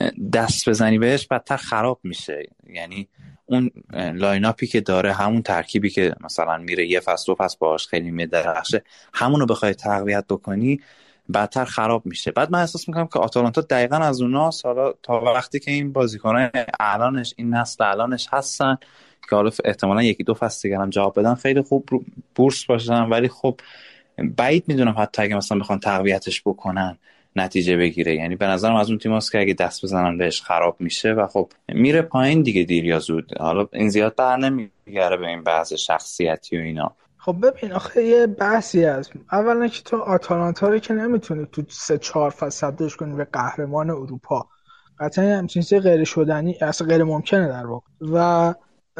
دست بزنی بهش بدتر خراب میشه. یعنی اون لاین اپی که داره، همون ترکیبی که مثلا میره یه فصل دو فصل باهاش خیلی میدرخشه، همونو بخوای تقویت بکنی بدتر خراب میشه. بعد من احساس میکنم که آتالانتا دقیقاً از اوناست. حالا تا وقتی که این بازیکنان الانش، این نسل الانش هستن که حالا احتمالاً یکی دو فصل دیگه هم جواب بدن، خیلی خوب بورس باشن، ولی خب بعید میدونم حتی اگه مثلا بخوان تقویتش بکنن نتیجه بگیره. یعنی به نظرم از اون تیماست که اگه دست بزنن بهش خراب میشه و خب میره پایین دیگه دیر یا زود. حالا این زیاد بر نمیگره به این بحث شخصیتی و اینا. خب ببین آخه یه بحثی هست. اولا که تو آتالانتا رو که نمیتونی تو سه چهار فصل تبدیلش کنی به قهرمان اروپا. قطعا همچین چیزی غیر شدنی، اصلا غیر ممکنه در واقع. و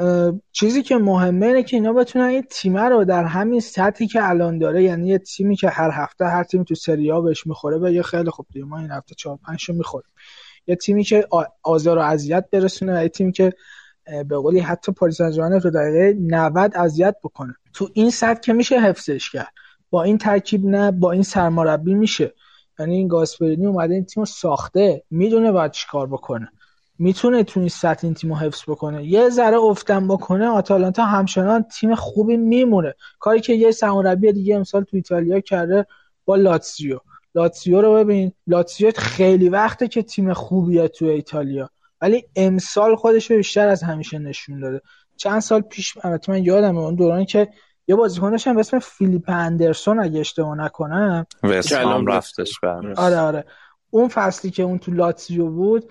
چیزی که مهمه اینه که اینا بتونن یه تیم رو در همین سطحی که الان داره، یعنی یه تیمی که هر هفته هر تیمی تو سری آ بهش میخوره و یه خیلی خوب دیگه ما این هفته چهار پنج شو میخوریم، یه تیمی که آزار و اذیت برسونه و یه تیمی که به قولی حتی پاریس سن ژرمن رو دقیقه نود اذیت بکنه. تو این سطح که میشه حفظش کرد. با این ترکیب نه، با این سرمربی میشه. یعنی این گاسپرینی اومده این تیمو ساخته، میدونه باید چیکار بکنه، میتونه تو این سطح این تیمو حفظ بکنه. یه ذره افتن بکنه آتالانتا همچنان تیم خوبی میمونه. کاری که یه سرمربی دیگه امسال تو ایتالیا کرده با لاتزیو. لاتزیو رو ببین، لاتزیو خیلی وقته که تیم خوبیه تو ایتالیا، ولی امسال خودش رو بیشتر از همیشه نشون داده. چند سال پیش البته من یادمه اون دورانی که یه بازیکن داشتن به اسم فیلیپ اندرسون اگه اشتباه نکنم، وستهام رفتش برش. آره آره اون فصلی که اون تو لاتزیو بود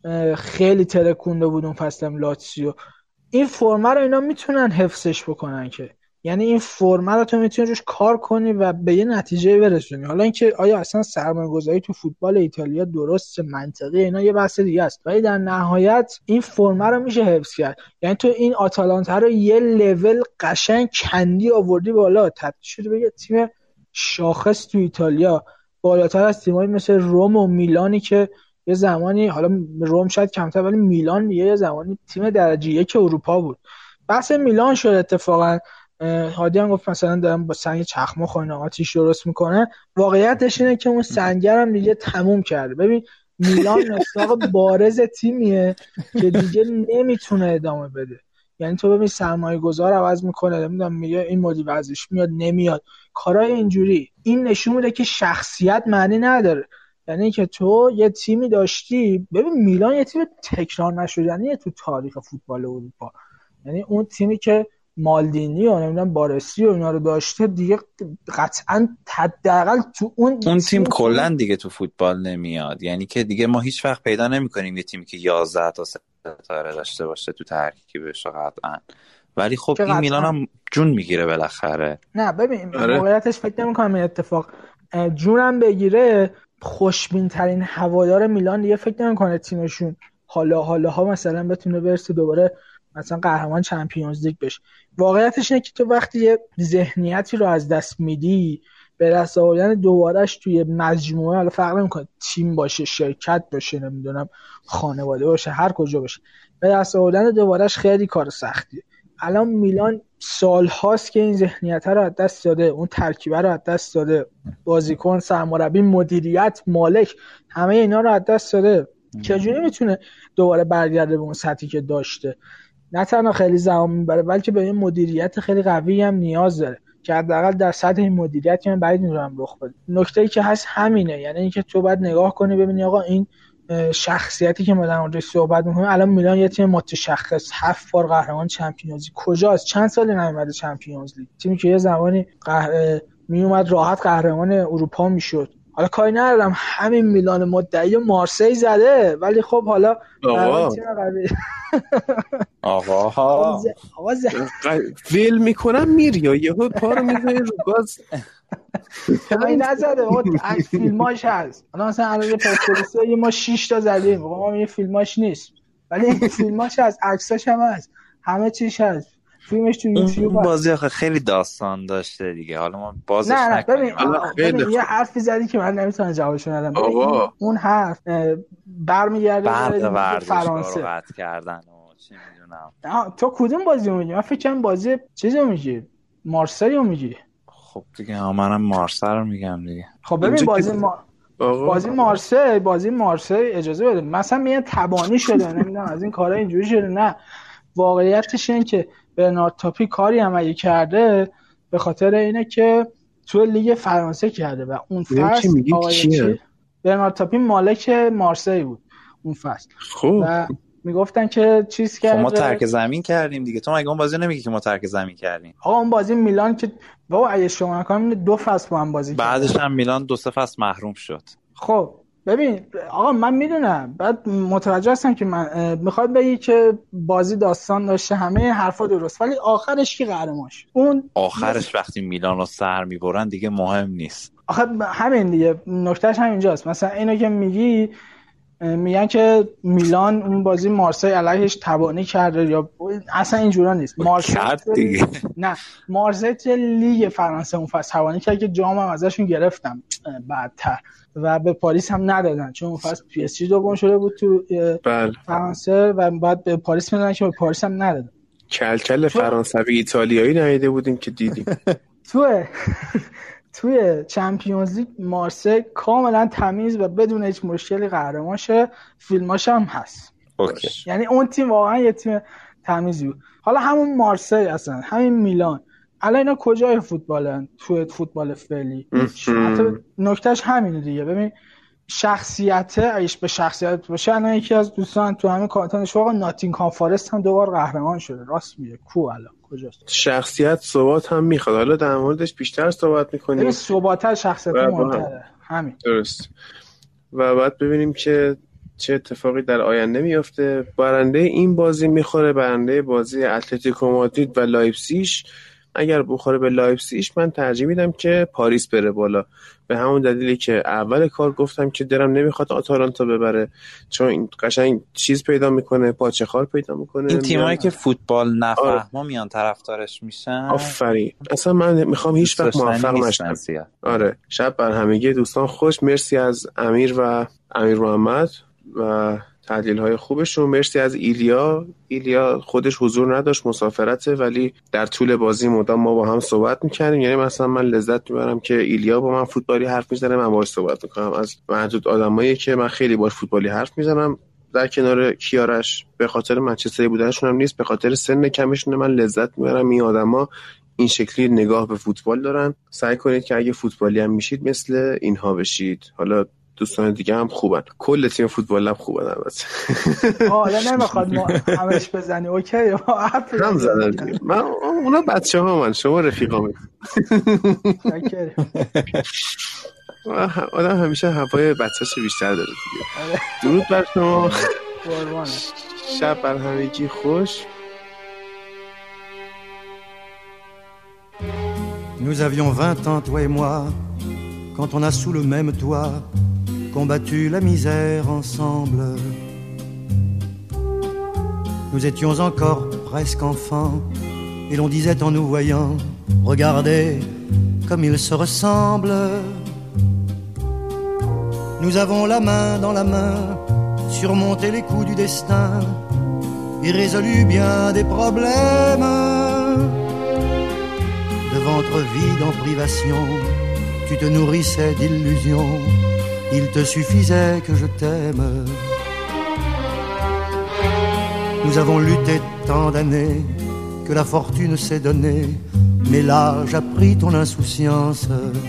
خیلی ترکونده بود اون فصلم لاتزیو. این فرمه رو اینا میتونن حفظش بکنن که، یعنی این فرمه رو تو میتونی روش کار کنی و به یه نتیجه برسونی. حالا اینکه آیا اصلا سرمایه‌گذاری تو فوتبال ایتالیا درست منطقی، اینا یه بحث دیگه است، ولی در نهایت این فرمه رو میشه حفظ کرد. یعنی تو این آتالانتا رو یه لول قشنگ کندی آوردی بالا، تبدیل شده به یه تیم شاخص تو ایتالیا، بالاتر از تیمایی مثل روم و میلانی که یه زمانی، حالا روم شاید کمتر ولی میلان یه زمانی تیم درجه یک اروپا بود. بحث میلان شد اتفاقا. هادی هم گفت مثلا دارم با سنگ چخماق و آتیش درست میکنه. واقعیتش اینه که اون سنگر هم دیگه تموم کرده. ببین میلان مصداق بارز تیمیه که دیگه نمیتونه ادامه بده. یعنی تو ببین سرمایه گذار عوض میکنه، نمیدونم میگه این مدیر ورزش میاد نمیاد، کارهای اینجوری. این نشون میده که شخصیت معنی نداره. یعنی که تو یه تیمی داشتی، ببین میلان یه تیم تکرار نشدنیه تو تاریخ فوتبال اروپا. یعنی اون تیمی که مالدینی و نمیدونم بارسی و اینا رو داشته دیگه قطعاً حداقل تو اون اون تیم کلا دیگه تو فوتبال نمیاد. یعنی که دیگه ما هیچ وقت پیدا نمی‌کنیم یه تیمی که یازده تا ستاره داشته باشه تو ترکیبش قطعاً. ولی خب این قطعاً میلان هم جون میگیره بالاخره. نه ببین واقعیتش فکر نمی‌کنم این اتفاق جونم بگیره. خوشبین ترین هوادار میلان دیگه فکر نمی‌کنه تیمشون حالا حالا ها مثلا بتونه برسه دوباره مثلا قهرمان چمپیونز لیگ بشه. واقعیتش اینه که تو وقتی یه ذهنیتی رو از دست میدی، به دست آوردن دوبارهش توی مجموعه، حالا فرق نمی‌کنه تیم باشه، شرکت باشه، نمیدونم خانواده باشه، هر کجا باشه، به دست آوردن دوبارهش خیلی کار سختیه. الان میلان سال هاست که این ذهنیت رو از دست داده، اون ترکیبه رو از دست داده، بازیکن، سرمربی، مدیریت، مالک، همه اینا رو از دست داده. چجوری میتونه دوباره برگرده به اون سطحی که داشته؟ نه تنها خیلی زمان میبره بلکه به این مدیریت خیلی قوی هم نیاز داره که حداقل در سطح این مدیریت من بعید می‌دونم رخ بده. نکته‌ای که هست همینه، یعنی اینکه تو باید نگاه کنی ببینی آقا این شخصیتی که ما در موردش صحبت می‌کنیم، الان میلان یه تیم متشخص، هفت بار قهرمان چمپیونز لیگ، کجاست؟ چند سالی نیومده چمپیونز لیگ، تیمی که یه زمانی قهر... میومد راحت قهرمان اروپا میشد. حالا کاری ندارم همین میلان مدعی مارسی زده، ولی خب حالا آقا آقا آقا ویل میکنم میری یا یهو پا رو میذاری رو گاز. کاری نزده، اون فیلماش هست. حالا مثلا الان یه پرسپولیس ما شش تا زدیم، ما یه فیلماش نیست ولی این فیلماش هست، عکساش هم هست، همه چیش هست، فیلمش تو یوتیوب. اون بازی آخه خیلی داستان داشته دیگه، حالا ما بازش نه نه نکنیم. ببین, ببین یه حرفی زدی که من نمیتونم جوابشو ندم. اون, اون حرف برمیگرده به فرانسه رو قطع کردن و چی میدونم. تو کدوم بازی رو میگی؟ من فکر کنم بازی چیزو میگی، مارسی رو میگی. خب دیگه منم مارسی رو میگم دیگه. خب ببین بازی ما بازی مارسی بازی مارسی اجازه بده مثلا میاد تبانی شده نمیدونم از این کارا اینجوری شده. نه واقعیتش اینه که برنارد تاپی کاری عملی کرده به خاطر اینه که تو لیگ فرانسه کرده و اون فصل آقای برنارد تاپی مالک مارسی بود اون فصل. خوب. و میگفتن که چیز کرده. خب ما ترک زمین کردیم دیگه. تو مگه اون بازی نمیگی که ما ترک زمین کردیم؟ آقا اون بازی میلان که بابا اگه شما نکنم دو فصل با هم بازی کردن، بعدش هم میلان دو سه فصل محروم شد. خب ببین آقا من میدونم، بعد متوجه هستم که من میخواد بگی که بازی داستان داشته، همه حرفا درست، ولی آخرش کی قهرمان شد؟ اون آخرش وقتی میلان رو سر میبرن دیگه مهم نیست. آخه همین دیگه نکتهش همینجاست. مثلا اینو که میگی میگن که میلان اون بازی مارسی علیهش تبانی کرده یا اصلا اینجورا نیست. مارسی دیگه نه مارسی لیگ فرانسه اون فصل تبانی کرد که جام هم ازشون گرفتم بعدتر و به پاریس هم ندادن چون اون فصل پی اس جی دوم شده بود تو بله. فرانسه و بعد به پاریس میدادن که به پاریس هم ندادن. کلکل فرانسوی ایتالیایی ندیده بودیم که دیدیم. تو توی چمپیونز لیگ مارسی کاملا تمیز و بدون هیچ مشکلی قهرمان شه. فیلماش هم هست. اوکی. یعنی اون تیم واقعا یه تیم تمیزی بود. حالا همون مارسی اصلا همین میلان الان اینا کجای فوتبالن؟ توی فوتبال فعلی. حتی نکتهش همینه دیگه. ببین شخصیته ایش به شخصیت باشه. الان یکی از دوستان تو همین کانتنش واقعا ناتینگهام فارست هم دوبار قهرمان شده. راست میگه. کو الان کجاست؟ شخصیت ثبات هم میخواد. حالا در موردش بیشتر صحبت می‌کنیم. این ثبات شخصیت مهمه. همین. درست. و بعد ببینیم که چه اتفاقی در آینده میفته. برنده این بازی میخوره برنده بازی اتلتیکو مادرید و لایپزیگ. اگر بخوره به لایپزیگ من ترجیح میدم که پاریس بره بالا، به همون دلیلی که اول کار گفتم که دلم نمیخواد آتالانتا ببره چون این قشنگ چیز پیدا میکنه، پاچه خار پیدا میکنه. این تیمایی که فوتبال نفهمه میان طرفدارش میشن. آفرین. اصلا من میخوام هیچ وقت موفق نشم. آره شب بر همگی دوستان خوش. مرسی از امیر و امیر محمد و تحلیل‌های خوبشون. مرسی از ایلیا. ایلیا خودش حضور نداشت، مسافرته، ولی در طول بازی مدام ما با هم صحبت می‌کردیم. یعنی مثلا من لذت می‌برم که ایلیا با من فوتبالی حرف می‌زنه، من باهاش صحبت می‌کنم. از محدود آدمایی که من خیلی باهاش فوتبالی حرف می‌زنم در کنار کیارش، به خاطر منچستری بودنشون هم نیست، به خاطر سن کمشون من لذت می‌برم. این آدما این شکلی نگاه به فوتبال دارن. سعی کنید که اگه فوتبالی هم میشید مثل اینها بشید. حالا دوستان دیگه هم خوبن، کل تیم فوتبال هم خوبن البته. حالا نمیخواد ما همش بزنی، اوکی؟ هم زدن من اونا بچه ها من، شما رفیقامه. آدم همیشه هوای بچه‌ش بیشتر داره دیگه. درود بر شما، شب بر همگی خوش. Nous avions vingt ans, toi et moi, quand on a sous le même toit combattu la misère ensemble. Nous étions encore presque enfants, et l'on disait en nous voyant, regardez comme ils se ressemblent. Nous avons la main dans la main, surmonté les coups du destin, et résolu bien des problèmes. De ventre vide en privation, tu te nourrissais d'illusions, il te suffisait que je t'aime. Nous avons lutté tant d'années que la fortune s'est donnée, mais l'âge a pris ton insouciance.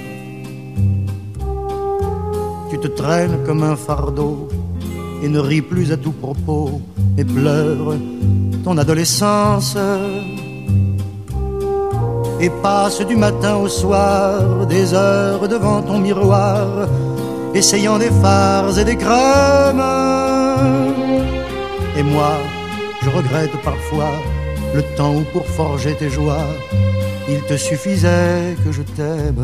Tu te traînes comme un fardeau et ne ris plus à tout propos, et pleure ton adolescence. Et passe du matin au soir des heures devant ton miroir, essayant des fards et des crèmes. Et moi, je regrette parfois le temps où pour forger tes joies, il te suffisait que je t'aime.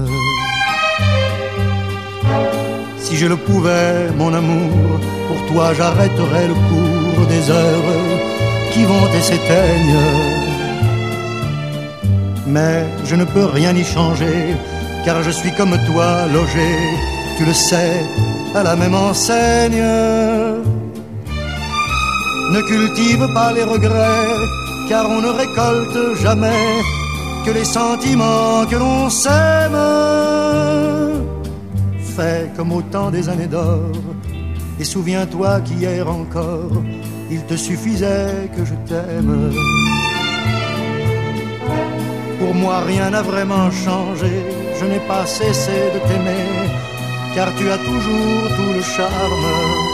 Si je le pouvais, mon amour, pour toi j'arrêterais le cours des heures qui vont et s'éteignent. Mais je ne peux rien y changer, car je suis comme toi logé, tu le sais, à la même enseigne. Ne cultive pas les regrets, car on ne récolte jamais que les sentiments que l'on sème. Fais comme au temps des années d'or, et souviens-toi qu'hier encore, il te suffisait que je t'aime. Pour moi rien n'a vraiment changé, je n'ai pas cessé de t'aimer, car tu as toujours tout le charme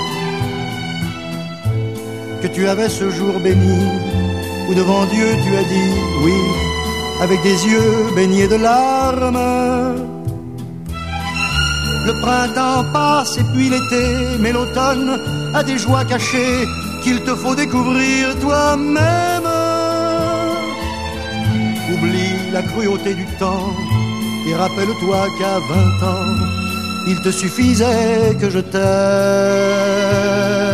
que tu avais ce jour béni, où devant Dieu tu as dit oui, avec des yeux baignés de larmes. Le printemps passe et puis l'été, mais l'automne a des joies cachées qu'il te faut découvrir toi-même. Oublie la cruauté du temps et rappelle-toi qu'à vingt ans, il te suffisait que je t'aime.